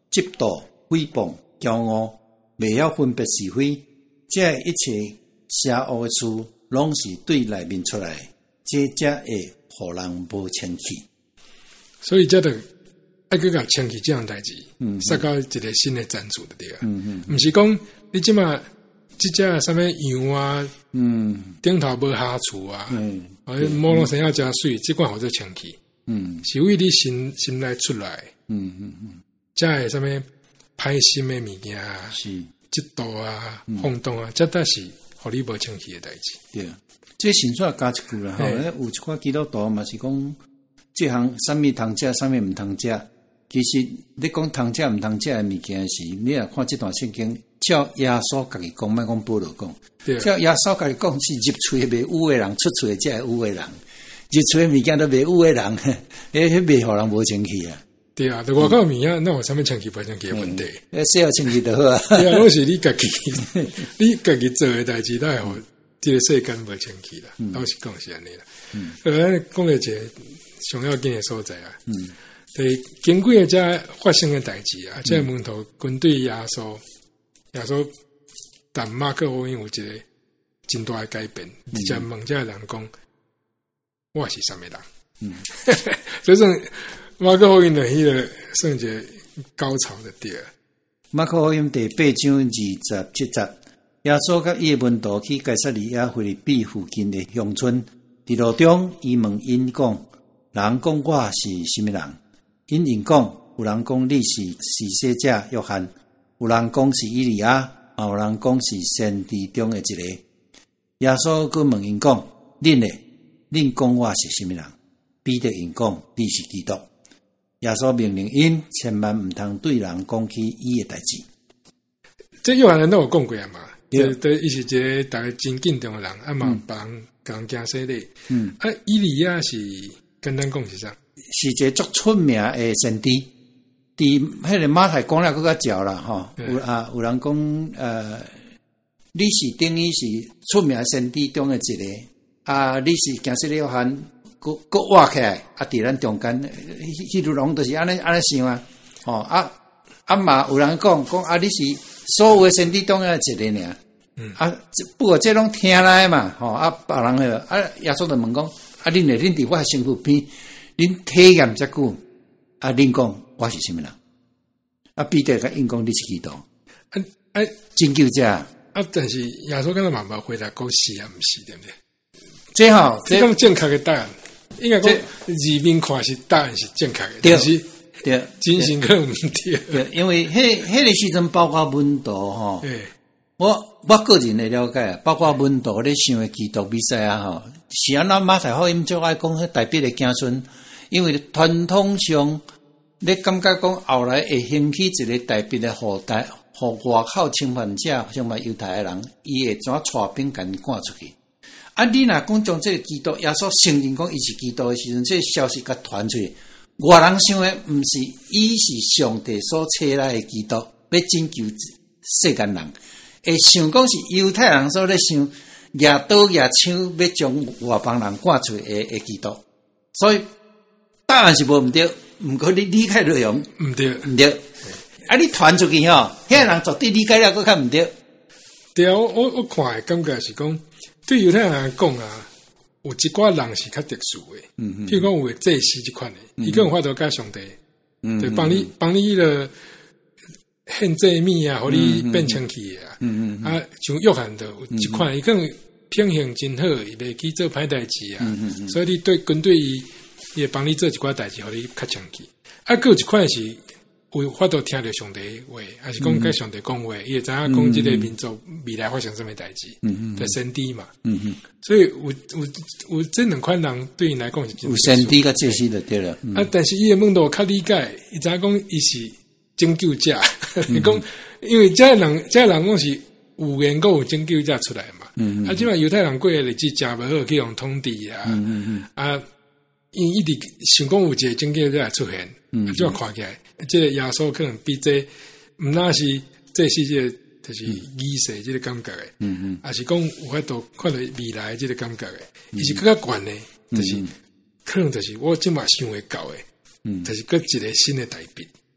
嫉妒、诽谤、骄傲，未晓分别是非，这一切邪恶的事，拢是对内面出来，这才会互人无清气。 所以这个爱去甲清气这样代志，嗯，杀到一个新的赞助的对啊，嗯嗯，毋是讲你即马即只什么羊啊，嗯，顶头无下厝啊，嗯，或者摸拢生要加水，即款或者清气，嗯，是为你心心内出来，嗯嗯嗯，才会什么歹心的物件啊，是嫉妒啊、轰动啊，这都是互你无清气的代志。 对，这神煞加一句啦，吼，有一寡基督徒嘛是讲，这项啥物通食，啥物毋通食。其实你讲通食毋通食的物件是，你若看这段圣经，照耶稣家己讲，莫讲保罗讲，照耶稣家己讲是入喙袂污的人，出喙才会污的人，入喙的物件都袂污的人，迄迄袂互人无清气啊。 对啊，外口物件那有啥物清气不清气的问题？ 诶，洗好清气就好啊。 对啊，拢是你家己，你家己做的代志，都会互这个世间无清气啦。老实讲是安尼啦。嗯，呃，讲了一个上要紧的所在啊。嗯。对，经过这发生的代志啊，这门徒军队耶稣，耶稣但马可福音有一个真大的改变，直接问这人讲：“我是什么人？”嗯，所以说马可福音的迄个算一个高潮的地儿。 马可福音第八章二十七节，耶稣甲伊门徒去该撒利亚腓立比附近的乡村，伫路中，伊问因讲：“人讲我是什么人？”因应讲，有人讲你是施洗者约翰，有人讲是以利亞，也有人讲是先知中的一个。耶穌佮問因講：恁呢？恁講我是什麼人？彼得因講：你是基督。耶穌命令因千萬毋通對人講起伊的代志。 這約翰人都有講過啊嘛，對對，伊是一個大家真敬重的人，啊嘛幫人行洗禮。嗯，啊，以利亞是簡單講是啥？ 是一個足出名的先知，佇迄個馬太講了更較少啦，吼。有啊，有人講，呃，你是等於是出名先知中的一個，啊，你是行洗禮約翰，佫佫活起來，啊，佇咱中間，迄迄攏都是安尼安尼想啊，吼啊啊嘛，有人講講啊，你是所有的先知中的一個爾，嗯，啊，不過這攏聽來嘛，吼啊，別人個啊，耶穌就問講，啊，恁呢？恁佇我身軀邊？恁體驗遮久，啊！恁講我是什麼人？啊！彼得甲因講你是基督，啊啊！拯救者啊！ 但是耶穌剛才慢慢回答講是啊，毋是對不對？ 這吼， 這講正確的答案，應該講字面看是答案是正確的，但是對真心可能毋對。 對，因為迄迄個時陣包括門徒吼，我我個人的了解，包括門徒咧想的基督比賽啊吼，是安那馬太福音最愛講迄代筆的子孫。因為傳統上，你感覺講後來會興起一個代別的後代，互外口侵犯者，像嘛猶太人，伊會怎帶兵甲伊趕出去。啊，你若講將這個基督耶穌承認講伊是基督的時陣，這個消息甲傳出去，外人想的毋是伊是上帝所差來的基督，要拯救世間人，會想講是猶太人所咧想，舉刀舉槍要將外邦人趕出去的的基督，所以。答案是無毋對，毋過你理解內容毋對， 毋對。啊，你傳出去吼，遐人絕對理解了，佫較毋對。 對啊，我我我看誒感覺是講，對猶太人來講啊，有一寡人是較特殊誒。嗯嗯。譬如講有誒祭司即款誒，伊可能法度甲上帝，嗯，對，幫你幫你迄個獻祭物啊，互你變清氣誒啊。嗯嗯。啊，像約翰著有一款，伊可能品行真好，伊袂去做歹代志啊。嗯嗯。所以你對軍隊伊。伊會幫你做一寡代志，互你較清氣。啊，閣有一款是有法度聽到上帝話，還是講甲上帝講話，伊會知影講即個民族未來發生什麼代志。嗯嗯，就先知嘛。嗯嗯，所以有有有這兩款人對因來講是真。 有先知甲祭司就對了。 啊，但是伊個門徒較理解，伊知影講伊是拯救者。你講，因為這人這人講是有緣故有拯救者出來嘛。嗯嗯。啊，即擺猶太人過嘅日子誠無好，去用統治啊。嗯嗯嗯。啊。因一直想講有一個拯救者出現，嗯，就看起來，這個耶穌可能比這毋那是這是這個就是儀式這個感覺誒，嗯嗯，也是講有法度看到未來這個感覺誒，伊、嗯、是更加懸誒，就是、嗯、可能就是我即馬想會到誒，嗯，就是擱一個新的代筆，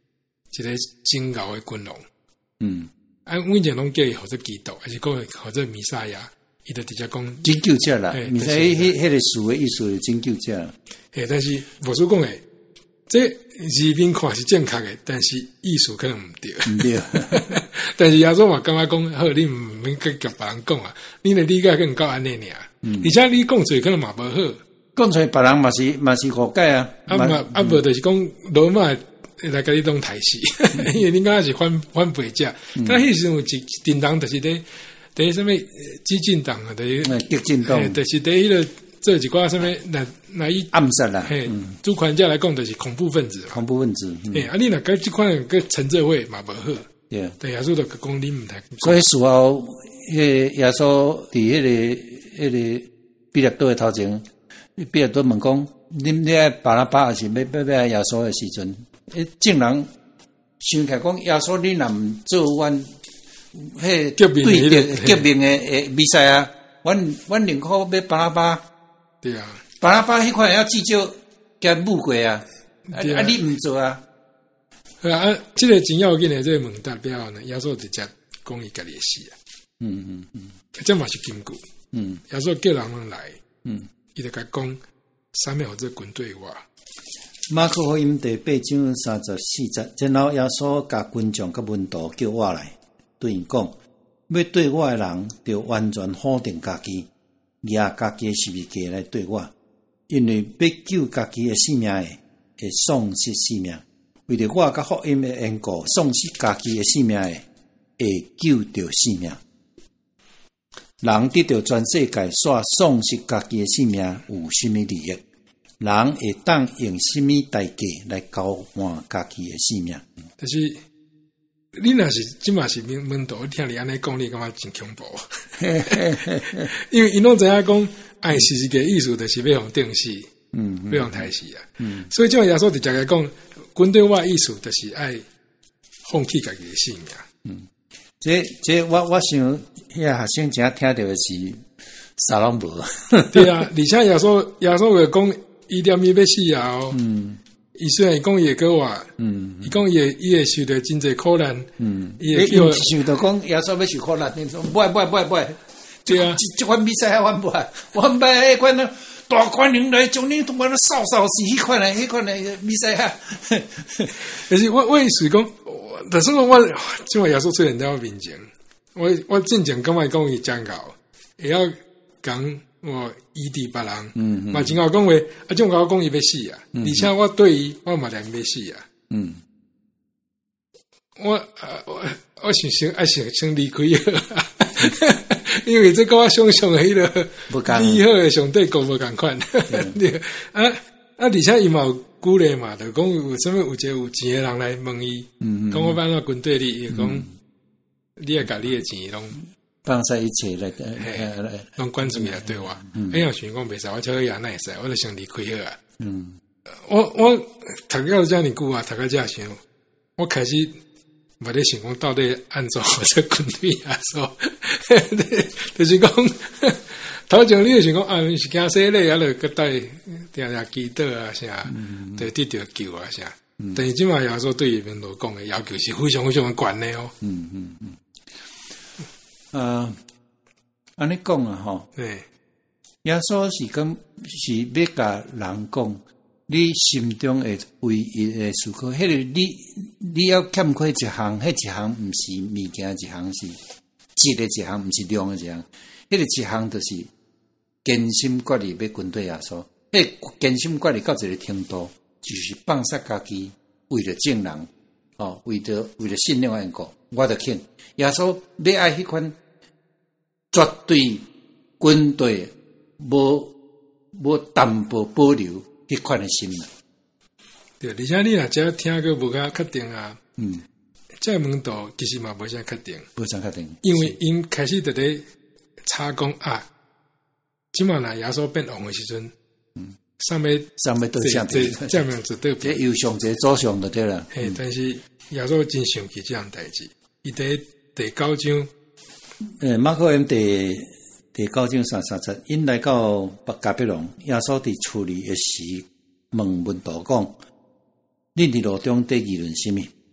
一个真牛的君王。 嗯， 啊，阮就拢叫伊或者基督，还是讲或者弥赛亚，伊就直接讲拯救者啦。弥赛亚迄迄个词的意思是拯救者。 诶，但是无所讲诶，这字面看是正确诶，但是意思可能毋对。 毋对。 但是耶稣嘛感觉讲，好，你毋免去甲别人讲啊，你的理解更够安尼尔。嗯，而且你讲出可能嘛无好， 讲出别人嘛是嘛是误解啊。 啊嘛啊无就是讲罗马。来甲你当台戏，因为你刚才是反反背者，但迄时阵有一叮当，就是伫伫什么激进党啊，伫激进党， 就是伫迄个做一寡什么那那伊暗杀啦。 嘿，主权者来讲，就是恐怖分子。 恐怖分子。 嘿，啊，你若甲即款个陈泽会嘛无好。 对。 对，耶稣就讲你毋太。 所以事后，迄个耶稣伫迄个迄个彼得多头前，彼得多问讲：恁你爱巴拉巴还是要要要耶稣的时阵？诶，众人想起来讲，耶稣你若毋做阮迄对着革命诶诶比赛啊，阮阮宁可要巴拉巴。 对啊， 巴拉巴迄款要至少加母过啊，啊啊你毋做啊？ 啊，即个真要紧诶，这个问答表呢，耶稣直接讲伊家己诶事啊。 嗯嗯嗯， 这嘛是根据。 嗯， 耶稣叫人来， 嗯， 伊就甲讲，三秒这军队话。 马可福音第八章三十四节，然后耶稣甲群众甲门徒叫我来，对因讲：要对我的人，就完全否定家己，拿家己的十字架来对我，因为要救家己的性命的，会丧失性命；为着我甲福音的缘故，丧失家己的性命的，会救着性命。人得到全世界，煞丧失家己的性命，有甚么利益？人会当用什么代价来交换家己的性命？ 但是你若是即嘛是门门徒，听你安尼讲，你感觉真恐怖。因为因拢知影讲，爱是一个意思，就是要用定死，嗯，要用台死啊。嗯，所以即嘛耶稣直接来讲，军队话意思就是爱放弃家己的性命。 嗯，这这我我想，遐学生真听到的是啥拢无。 对啊，而且耶稣耶稣会讲。伊念伊要死啊！哦，嗯，伊虽然讲伊会过活，嗯，伊讲伊会伊会受着真侪苦难，嗯，伊会叫想到讲耶稣要受苦难，你说不不不不， 对啊， 即款比赛还玩不玩？玩不迄款呢？大官人来将你同我扫扫死，迄款来迄款来比赛啊！ 但是我我是讲，但是我我即话耶稣出现在我面前，我我真正感觉讲伊真搞，会晓讲。我异地别人，嗯，嘛真好讲话，啊，种甲我讲伊要死啊，而且我对伊，我嘛连要死啊，嗯，我啊，我我想想啊，想先离开啊，因为这跟我想象的迄个美好的上帝讲无共款，对啊啊，而且伊嘛有鼓励嘛，就讲有啥物有一个有钱的人来问伊，嗯，讲我搬到军队里，伊讲你也甲你的钱拢。 放下一切来， 拢关注伊来对我。哎呀，想讲袂使，我叫伊也奈使，我就想离开好啊。嗯，我我读到遮尔久啊，读到遮想，我开始勿咧想讲到底按照这军队啊说，就是讲头前你就想讲啊，是惊洗礼啊，就个带定定祈祷啊啥，就得着救啊啥。但是即马耶稣对伊们都讲的要求是非常非常的悬的哦。嗯嗯嗯。 呃，安尼讲啊，吼，对，耶稣是讲是要甲人讲，你心中的唯一的思考，迄个你你要欠缺一项，迄一项毋是物件，一项是质的一项，毋是量的一项，迄个一项就是坚心决意要跟对耶稣，迄坚心决意到一个程度，就是放下家己，为了众人，哦，为着为了信仰的缘故，我就肯耶稣要爱迄款。绝对军队无无淡薄保留迄款的心啦。 对，而且你若只听个无较确定啊，嗯，这门道其实嘛无啥确定， 无啥确定， 因为因开始伫咧查讲啊，即满若耶稣变王的时阵，嗯，上面上面都像这这样子对， 这有上这左上的对啦。 嘿，但是耶稣真生气这样代志，伊伫第九章。 诶，马可福音第第九章三三节，因来到迦百农，耶稣伫厝里一时问门徒讲：你伫路中伫议论什么？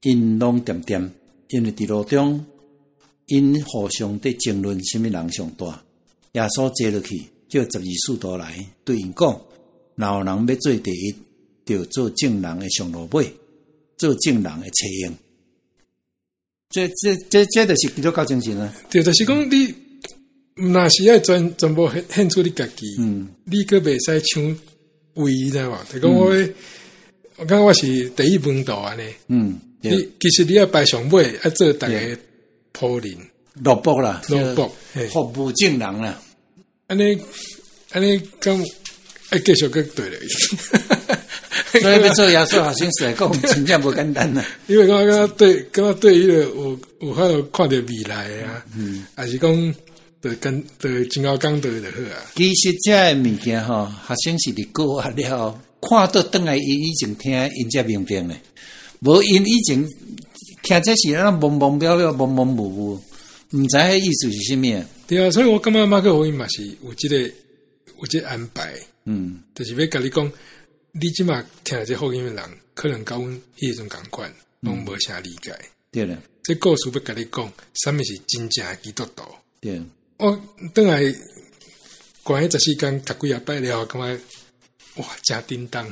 因拢点点，因为伫路中，因互相伫争论什么人上大。耶稣坐落去，叫十二使徒来对因讲：，若有人要做第一，就做正人的上路尾，做正人的车用。这这这这就是基督教精神啊！ 对，就是讲你若是要全全部献献出你家己，嗯，你个袂使抢位，知道无？就讲我，嗯、我感觉我是第一门道安尼，嗯，你其实你要摆上尾，要做大家仆人。 落魄啦， 落魄， 服务正人啦。 安尼安尼咁，爱继续个对咧。 所以要做耶稣学生时来讲，真正无简单啦。 因为我感觉对，感觉对迄个有有法度看到未来啊，嗯，还是讲对跟对真好讲对就好啊。 其实这个物件吼，学生是伫过学了，看到转来，因以前听因才明白咧，无因以前听这是那懵懵表表、懵懵糊糊。唔知迄意思是啥物？ 对啊，所以我感觉马克福音嘛是有即、這個有即安排，嗯，就是要甲你讲，你即马听这福音的人，可能甲阮迄种共款，拢无啥理解。 对啦， 这故事要甲你讲，啥物是真正的基督徒？ 对， 我等来关于十四天读几啊摆了，感觉哇，真叮当。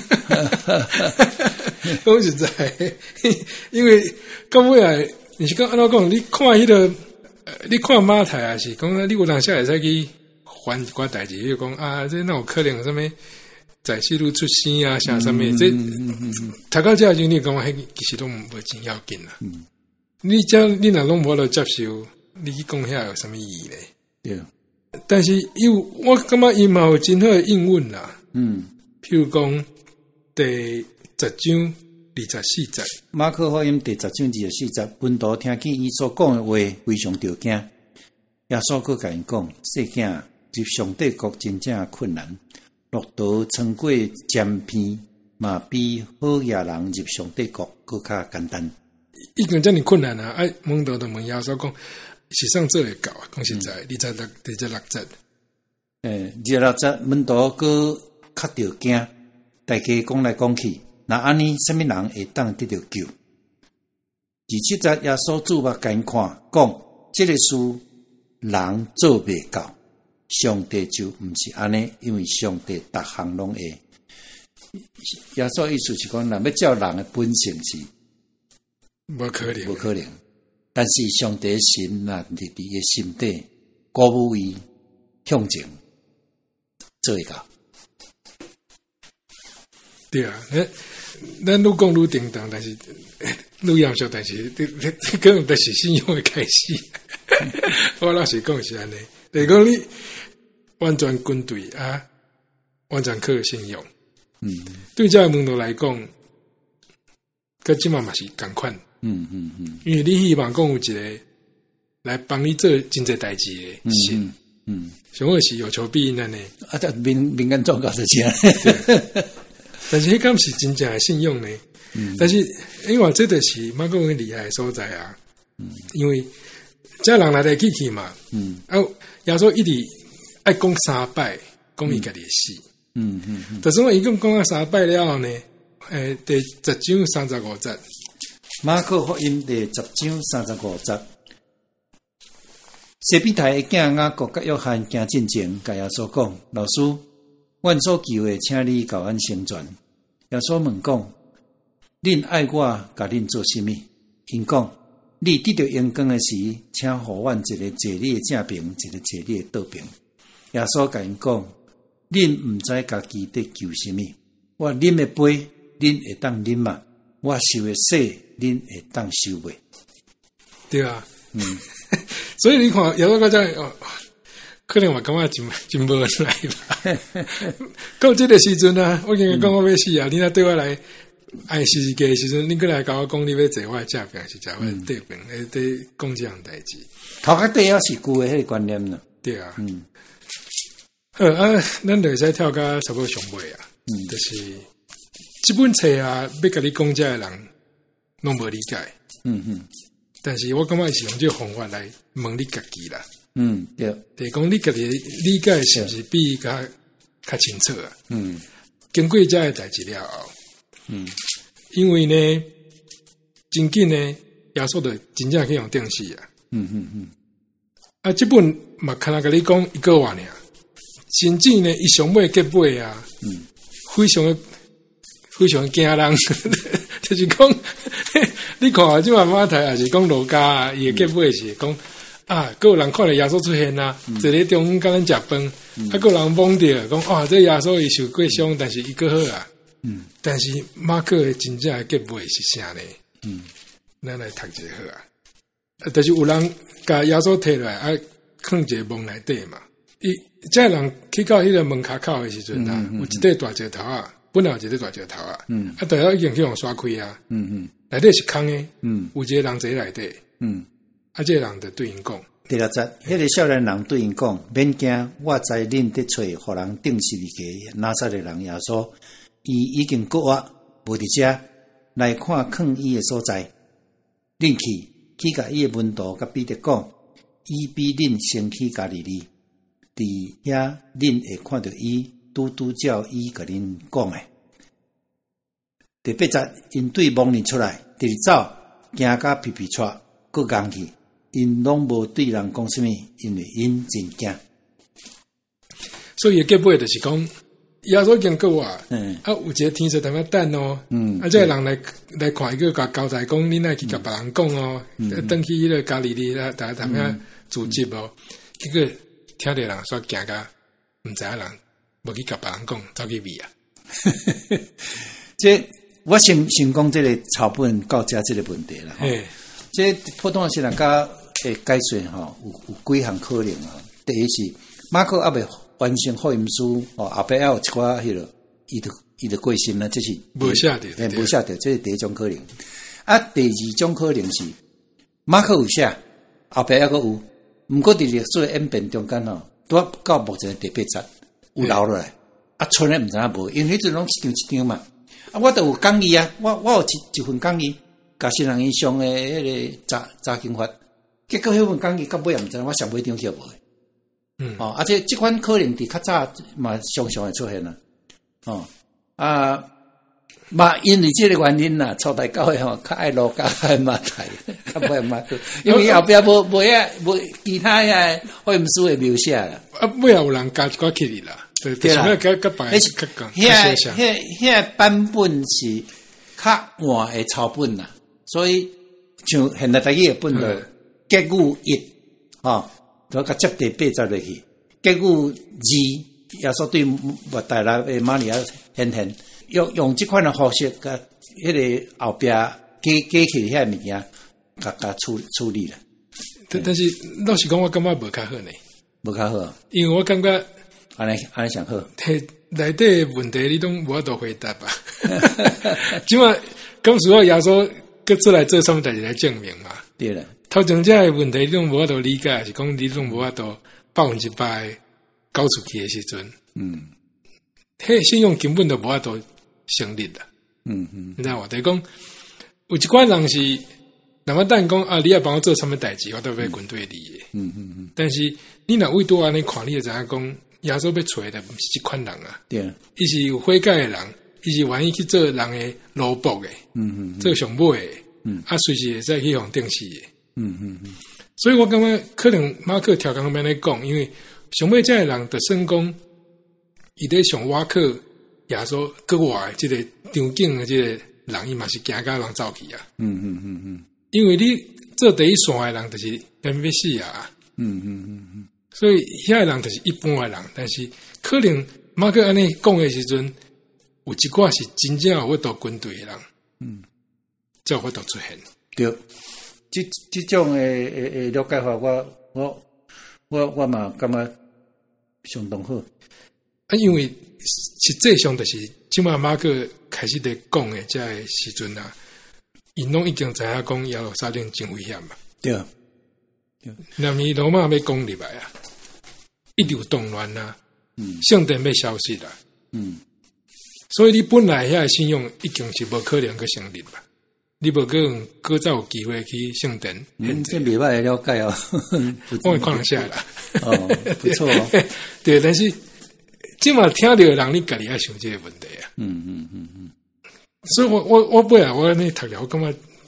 讲实在，因为到尾来，你是讲安怎讲？你看迄、那个。你看马太也是讲，你有当时会使去还一寡代志，就讲啊，这那有可能什么在世路出生啊，啥什么，这读到这阵，你感觉迄其实拢无真要紧啦。嗯、你这你若拢无得接受，你去讲遐有什么意义咧？对。但是有我感觉伊嘛有真好的应允啦。嗯，譬如讲第十章。二十四节， 马可福音第十章二十四节，门徒听见伊所讲的话，非常着惊。耶稣佫甲因讲：细囝入上帝国真正困难，路途穿过尖片，嘛比好野人入上帝国佫较简单。 已经遮尔困难啊！哎，门徒就问耶稣讲：是上做会到啊？讲实在，二十六、二十六节， 诶，二十六节门徒佫较着惊，大家讲来讲去。那安尼，什么人会当得到救？二七节耶稣主目甲因看，讲这个事人做袂到，上帝就毋是安尼，因为上帝逐项拢会。耶稣意思是讲，若要照人的本性是无可能， 无可能。但是上帝神若伫伫伊心底鼓舞伊向前做会到。 对啊，咱咱愈讲愈叮当，但是愈严肃，但是这这可能就是信用的开始。我老实讲是安尼，就是讲你完全军队啊，完全靠信用。嗯，对这个门徒来讲，跟即嘛嘛是共款。嗯嗯嗯，因为你希望讲有一个来帮你做真侪代志的神。嗯，上好是有求必应安尼。 啊，这民民间宗教是这样。 但是迄敢是真正的信用呢？嗯、但是因为这就是马可福音厉害的所在啊。嗯、因为这人来来去去嘛，嗯，啊，耶稣一直爱讲三摆，讲伊家己的事。嗯嗯嗯。但是我一共讲啊三摆了后呢，诶，第十章三十五节， 马可福音第十章三十五节，西庇太的囝雅各甲约翰行进前，甲耶稣讲：老师。阮所求的，请你甲阮成全。耶稣问讲：恁爱我甲恁做甚物？因讲：你得到阳光的时，请互阮一个坐你的正边，一个坐你的倒边。耶稣甲因讲：恁毋知家己伫求甚物？我啉的杯，恁会当啉嘛？我受的洗，恁会当受袂？ 对啊，嗯，所以你看，耶稣讲这哦。可能我感觉真真无人来吧。到这个时阵啊，我跟你讲我要死啊！你若对我来爱世界的时阵，你过来甲我讲你要坐我正边是坐我对边，诶，对讲这样代志。 头壳底也是旧的迄个观念啦。 对啊，嗯。好啊，咱就会使跳到差不多上尾啊。嗯，就是这本册啊，要甲你讲这的人拢无理解。嗯嗯。但是我感觉是用这个方法来问你家己啦。嗯，对，就是讲你家己理解是不是比伊较较清楚啊？嗯，经过这个代志了后，嗯，因为呢， 真紧呢，耶稣就真正去用定死啊。 嗯嗯嗯。 啊，这本嘛，看那个你讲一个话呢，真正呢，伊上尾结尾啊，嗯，非常的非常的惊人，就是讲，你看即马马太也是讲路加啊，伊的结尾是讲啊，个有人看到耶稣出现啊，坐咧中午甲咱食饭，啊，个有人懵着讲啊，这耶稣伊受过伤，但是伊个好啊，嗯，但是马可的真正的结尾是啥呢？嗯，咱来读一下好啊。啊，就是有人甲耶稣摕来啊，放一个门内底嘛。伊这人去到迄个门卡口的时阵啊，嗯嗯、有一块大石头啊，本来有一块大石头啊，嗯，啊，大家已经去用刷开啊，嗯嗯，内底是空的，嗯，有一个人坐内底，嗯，啊，这个人就对因讲， 第六节，迄个少年人对因讲，免惊，我知恁伫找互人定死个拿撒勒人耶稣，伊已经过我无伫遮来看坑伊的所在，恁去。去甲伊诶门徒甲彼得讲，伊比恁先去加利利，伫遐恁会看到伊，拄拄照伊甲恁讲诶。第八节，因对蒙人出来，直走，惊甲皮皮喘，佫硬去，因拢无对人讲啥物，因为因真惊。 所以结尾就是讲。耶稣经过啊，嗯、啊，有一个天使在那等哦，嗯，啊，这个人来来看一个甲交代讲，你来去甲别人讲哦，嗯、等去迄个加利利啦，大家他们组织哦，结果听到人说惊甲，唔知影人无去甲别人讲，走去味啊。 这我先先讲这个草本到遮这个问题啦。这普通是人家诶解说吼，有有几项可能啊。第一是马可阿未。完成福音书哦，后壁还有一寡迄落，伊就伊就过身啦，这是无写着， 诶，无写着，这是第一种可能。啊，第二种可能是马可有写，后壁还佫有，毋过伫历史演变中间吼，拄到目前第八节有留落来，啊，剩诶毋知影无，因为迄阵拢一张一张嘛。啊，我都有讲义啊，我我有一一份讲义，甲新人以上诶迄个查查经法，结果迄份讲义到尾也毋知影，我上尾张去无。嗯，哦，而且这款可能伫较早嘛常常会出现啦，哦，啊，嘛因为这个原因啦，初代教会吼较爱路加爱马太，较不爱马可，因为后壁无无遐无其他遐福音书的描写啦， 啊，尾有人加一寡起哩啦，对对啦，甲甲白是较讲， 遐遐遐版本是较换的抄本啦，所以像现在大家本了结语一，哦。都甲接第八节落去，结果二耶稣对莫大拉诶玛利亚显现，用用即款诶方式，甲迄个后壁加加起遐物件，甲甲处处理啦。 但但是老实讲，我感觉无较好呢， 无较好， 因为我感觉安尼安尼上好， 内底问题你拢无法度回答吧？即嘛，讲实话，耶稣佮出来做什么代志来证明嘛？ 对啦。 头前这个问题你拢无法度理解，是讲你拢无法度百分之百搞出去的时阵，嗯，迄信用根本就无法度成立啦，嗯嗯，你知道无？就是讲有一寡人是，那么等讲啊，你要帮我做什么代志，我都要军队你的，嗯嗯嗯。但是你若为多安尼看，你就知影讲，耶稣要找的，毋是即款人啊，对，伊是有悔改的人，伊是愿意去做人的奴仆的，嗯嗯，做上尾的，嗯，啊，随时会使去互定死的。嗯嗯嗯，所以我感觉可能马克调讲边来讲，因为上尾这个人的成功，伊在上瓦克耶稣国外这个场景的这个人，伊嘛是惊甲人走去啊。嗯嗯嗯嗯，因为你做第一线的人就是人要死啊。嗯嗯嗯嗯，所以遐个人就是一般的人，但是可能马克安尼讲的时阵，有一寡是真正有法度军队的人，嗯，才有法度出现。 对。这这种诶诶诶了解法，我我我我嘛感觉相当好。 啊，因为实际上就是即马马克开始在讲诶，这个时阵啊，因拢已经知影讲耶路撒冷真危险嘛。对啊，那么罗马要攻入来啊，一直有动乱啊，嗯，圣殿要消失啦，嗯，所以你本来遐信用已经是无可能去成立嘛。你无可能搁再有机会去圣殿， 嗯，这袂歹了解哦。 我会看下啦。 哦，不错哦。 对，但是即嘛听到的人，你家己要想这个问题啊。嗯嗯嗯嗯。所以我我我本来我那读了，我感觉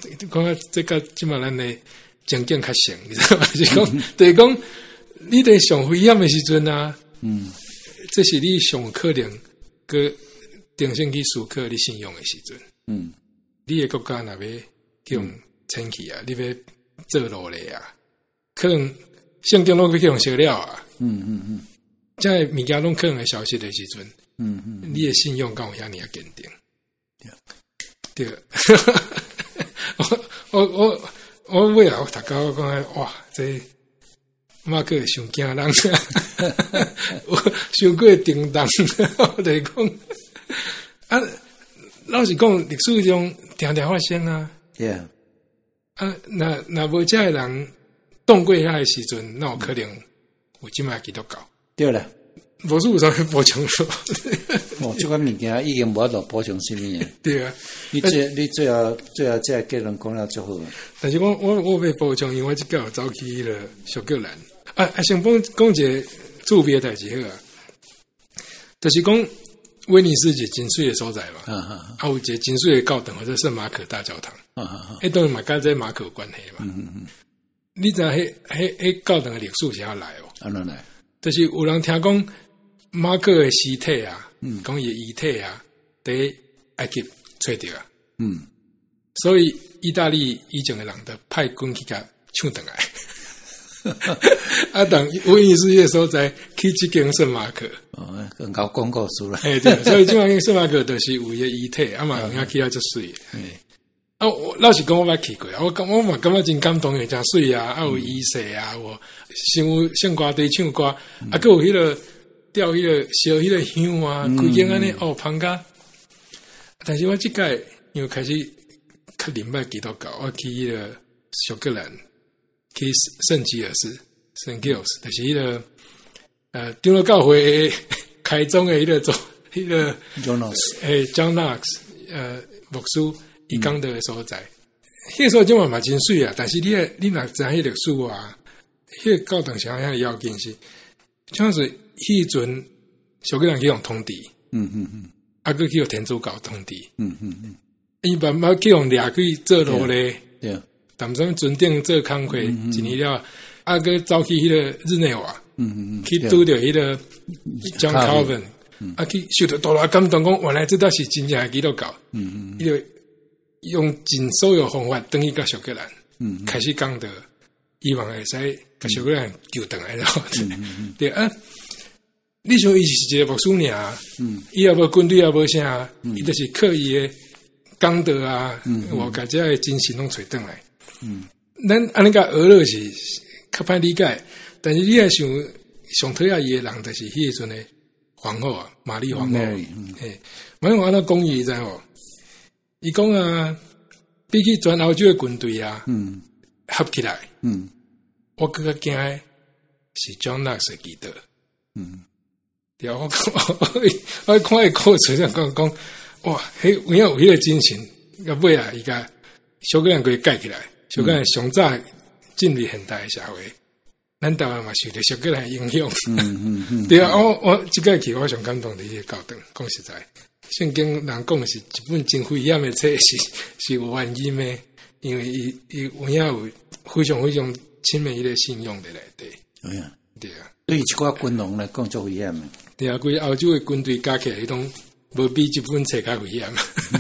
讲啊，这个即嘛咱的情景较像，你知道吗？是讲，就是讲，你伫上危险的时阵啊，嗯，这是你上可能个定性去思考你信用的时阵，嗯，你的国家若要叫用迁去啊，你要做落来啊，可能圣经拢要叫用烧了啊，嗯嗯嗯，这物件拢可能会消失的时阵，嗯嗯，你的信用敢有遐尔啊坚定？对，对，我我我我尾啊，我大家我讲哇，这马克上惊人，我伤过叮当，我就是讲啊，老实讲，历史中常常发生啊，对啊，啊，那那无遮个人动过遐个时阵，那有可能有即卖基督教， 对了。 无是有啥补充说？ 哦，这款物件已经无法度补充什么啊？ 对啊， 你最你最后最后这个结论讲了最好。 但是我我我要补充，因为我即个有走去迄个小葛兰啊啊，先讲讲一个趣味的代志好啊，就是讲威尼斯一个真水的所在嘛，啊啊啊，有一个真水的教堂或者圣马可大教堂，啊啊啊，迄当然嘛跟这马可有关系嘛。嗯嗯嗯，你知迄迄迄教堂的历史是how来哦？安怎来？就是有人听讲。马可的尸体啊，讲伊的遗体啊，伫埃及找着啊，嗯，所以意大利以前的人就派军去甲抢倒来，啊，等威尼斯的所在去即间圣马可， 哦，更搞广告出来， 哎对，所以即间圣马可就是有伊的遗体，啊嘛，人家去遐足水，哎，啊，我老实讲，我捌去过，我感我嘛感觉真感动，真水啊，啊有仪式啊，我先有唱歌对唱歌，啊，佮有迄个。吊迄个烧迄个香啊，规间安尼哦，芳家。但是我即届因为开始较明白基督教，我去迄个小葛兰，去圣吉尔斯 （Saint Giles），就是迄个呃长老教会开宗的迄个做迄个 John 诶 John Knox 呃牧师伊讲的所在，迄个所在嘛嘛真水啊。但是你你若知迄历史啊，迄个教堂啥样要紧是，像是。迄阵小个人去用通地，嗯嗯嗯，啊个去用天主教通地，嗯嗯嗯，伊慢慢去用掠去做路咧，对，但什尊顶做工课，一年了，啊个走去迄个日内瓦，嗯嗯嗯，去拄着迄个 John Calvin，啊去受到多大感动，讲原来这倒是真正的基督教，嗯嗯，伊就用尽所有方法等于甲小个人，嗯，开始讲的，希望会使甲小个人救倒来咯，对啊。你像伊是一个牧师尔，嗯，伊也无军队也无啥，伊就是靠伊的功德啊，我甲遮个精神拢找倒来。嗯，咱安尼甲俄勒是较歹理解，但是你也想上讨厌伊的人，就是迄时阵的皇后啊，玛丽皇后。嘿，玛丽皇后安怎讲伊知无？伊讲啊，比起全欧洲的军队啊，嗯，合起来，嗯，我更较惊的是 John Knox 的基督，嗯。对啊，我我我看伊口嘴上讲讲，哇，迄有影有迄个精神，到尾啊，伊甲小个人可以改起来，小个人上早进入现代社会，咱台湾嘛受着小个人影响，嗯嗯嗯，对啊，我我即个去我上感动的一个教堂，讲实在，圣经人讲是一本真危险的册，是是有原因的，因为伊伊有影有非常非常亲密伊个信用在内底，对啊，对啊。 对一寡军人来讲，足危险的。 对啊，规欧洲的军队加起来，拢无比这本册较危险。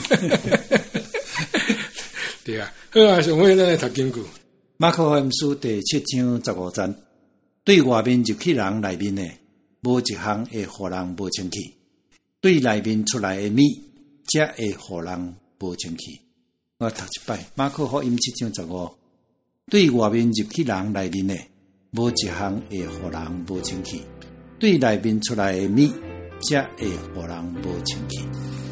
对啊，好啊，上尾咱来读经句。 马可福音书第七章十五节，对外面入去人内面的，无一项会互人无清气；对内面出来的米，则会互人无清气。我读一摆，马可福音七章十五，对外面入去人内面的。无一项会互人无清气，对内面出来的米，则会互人无清气。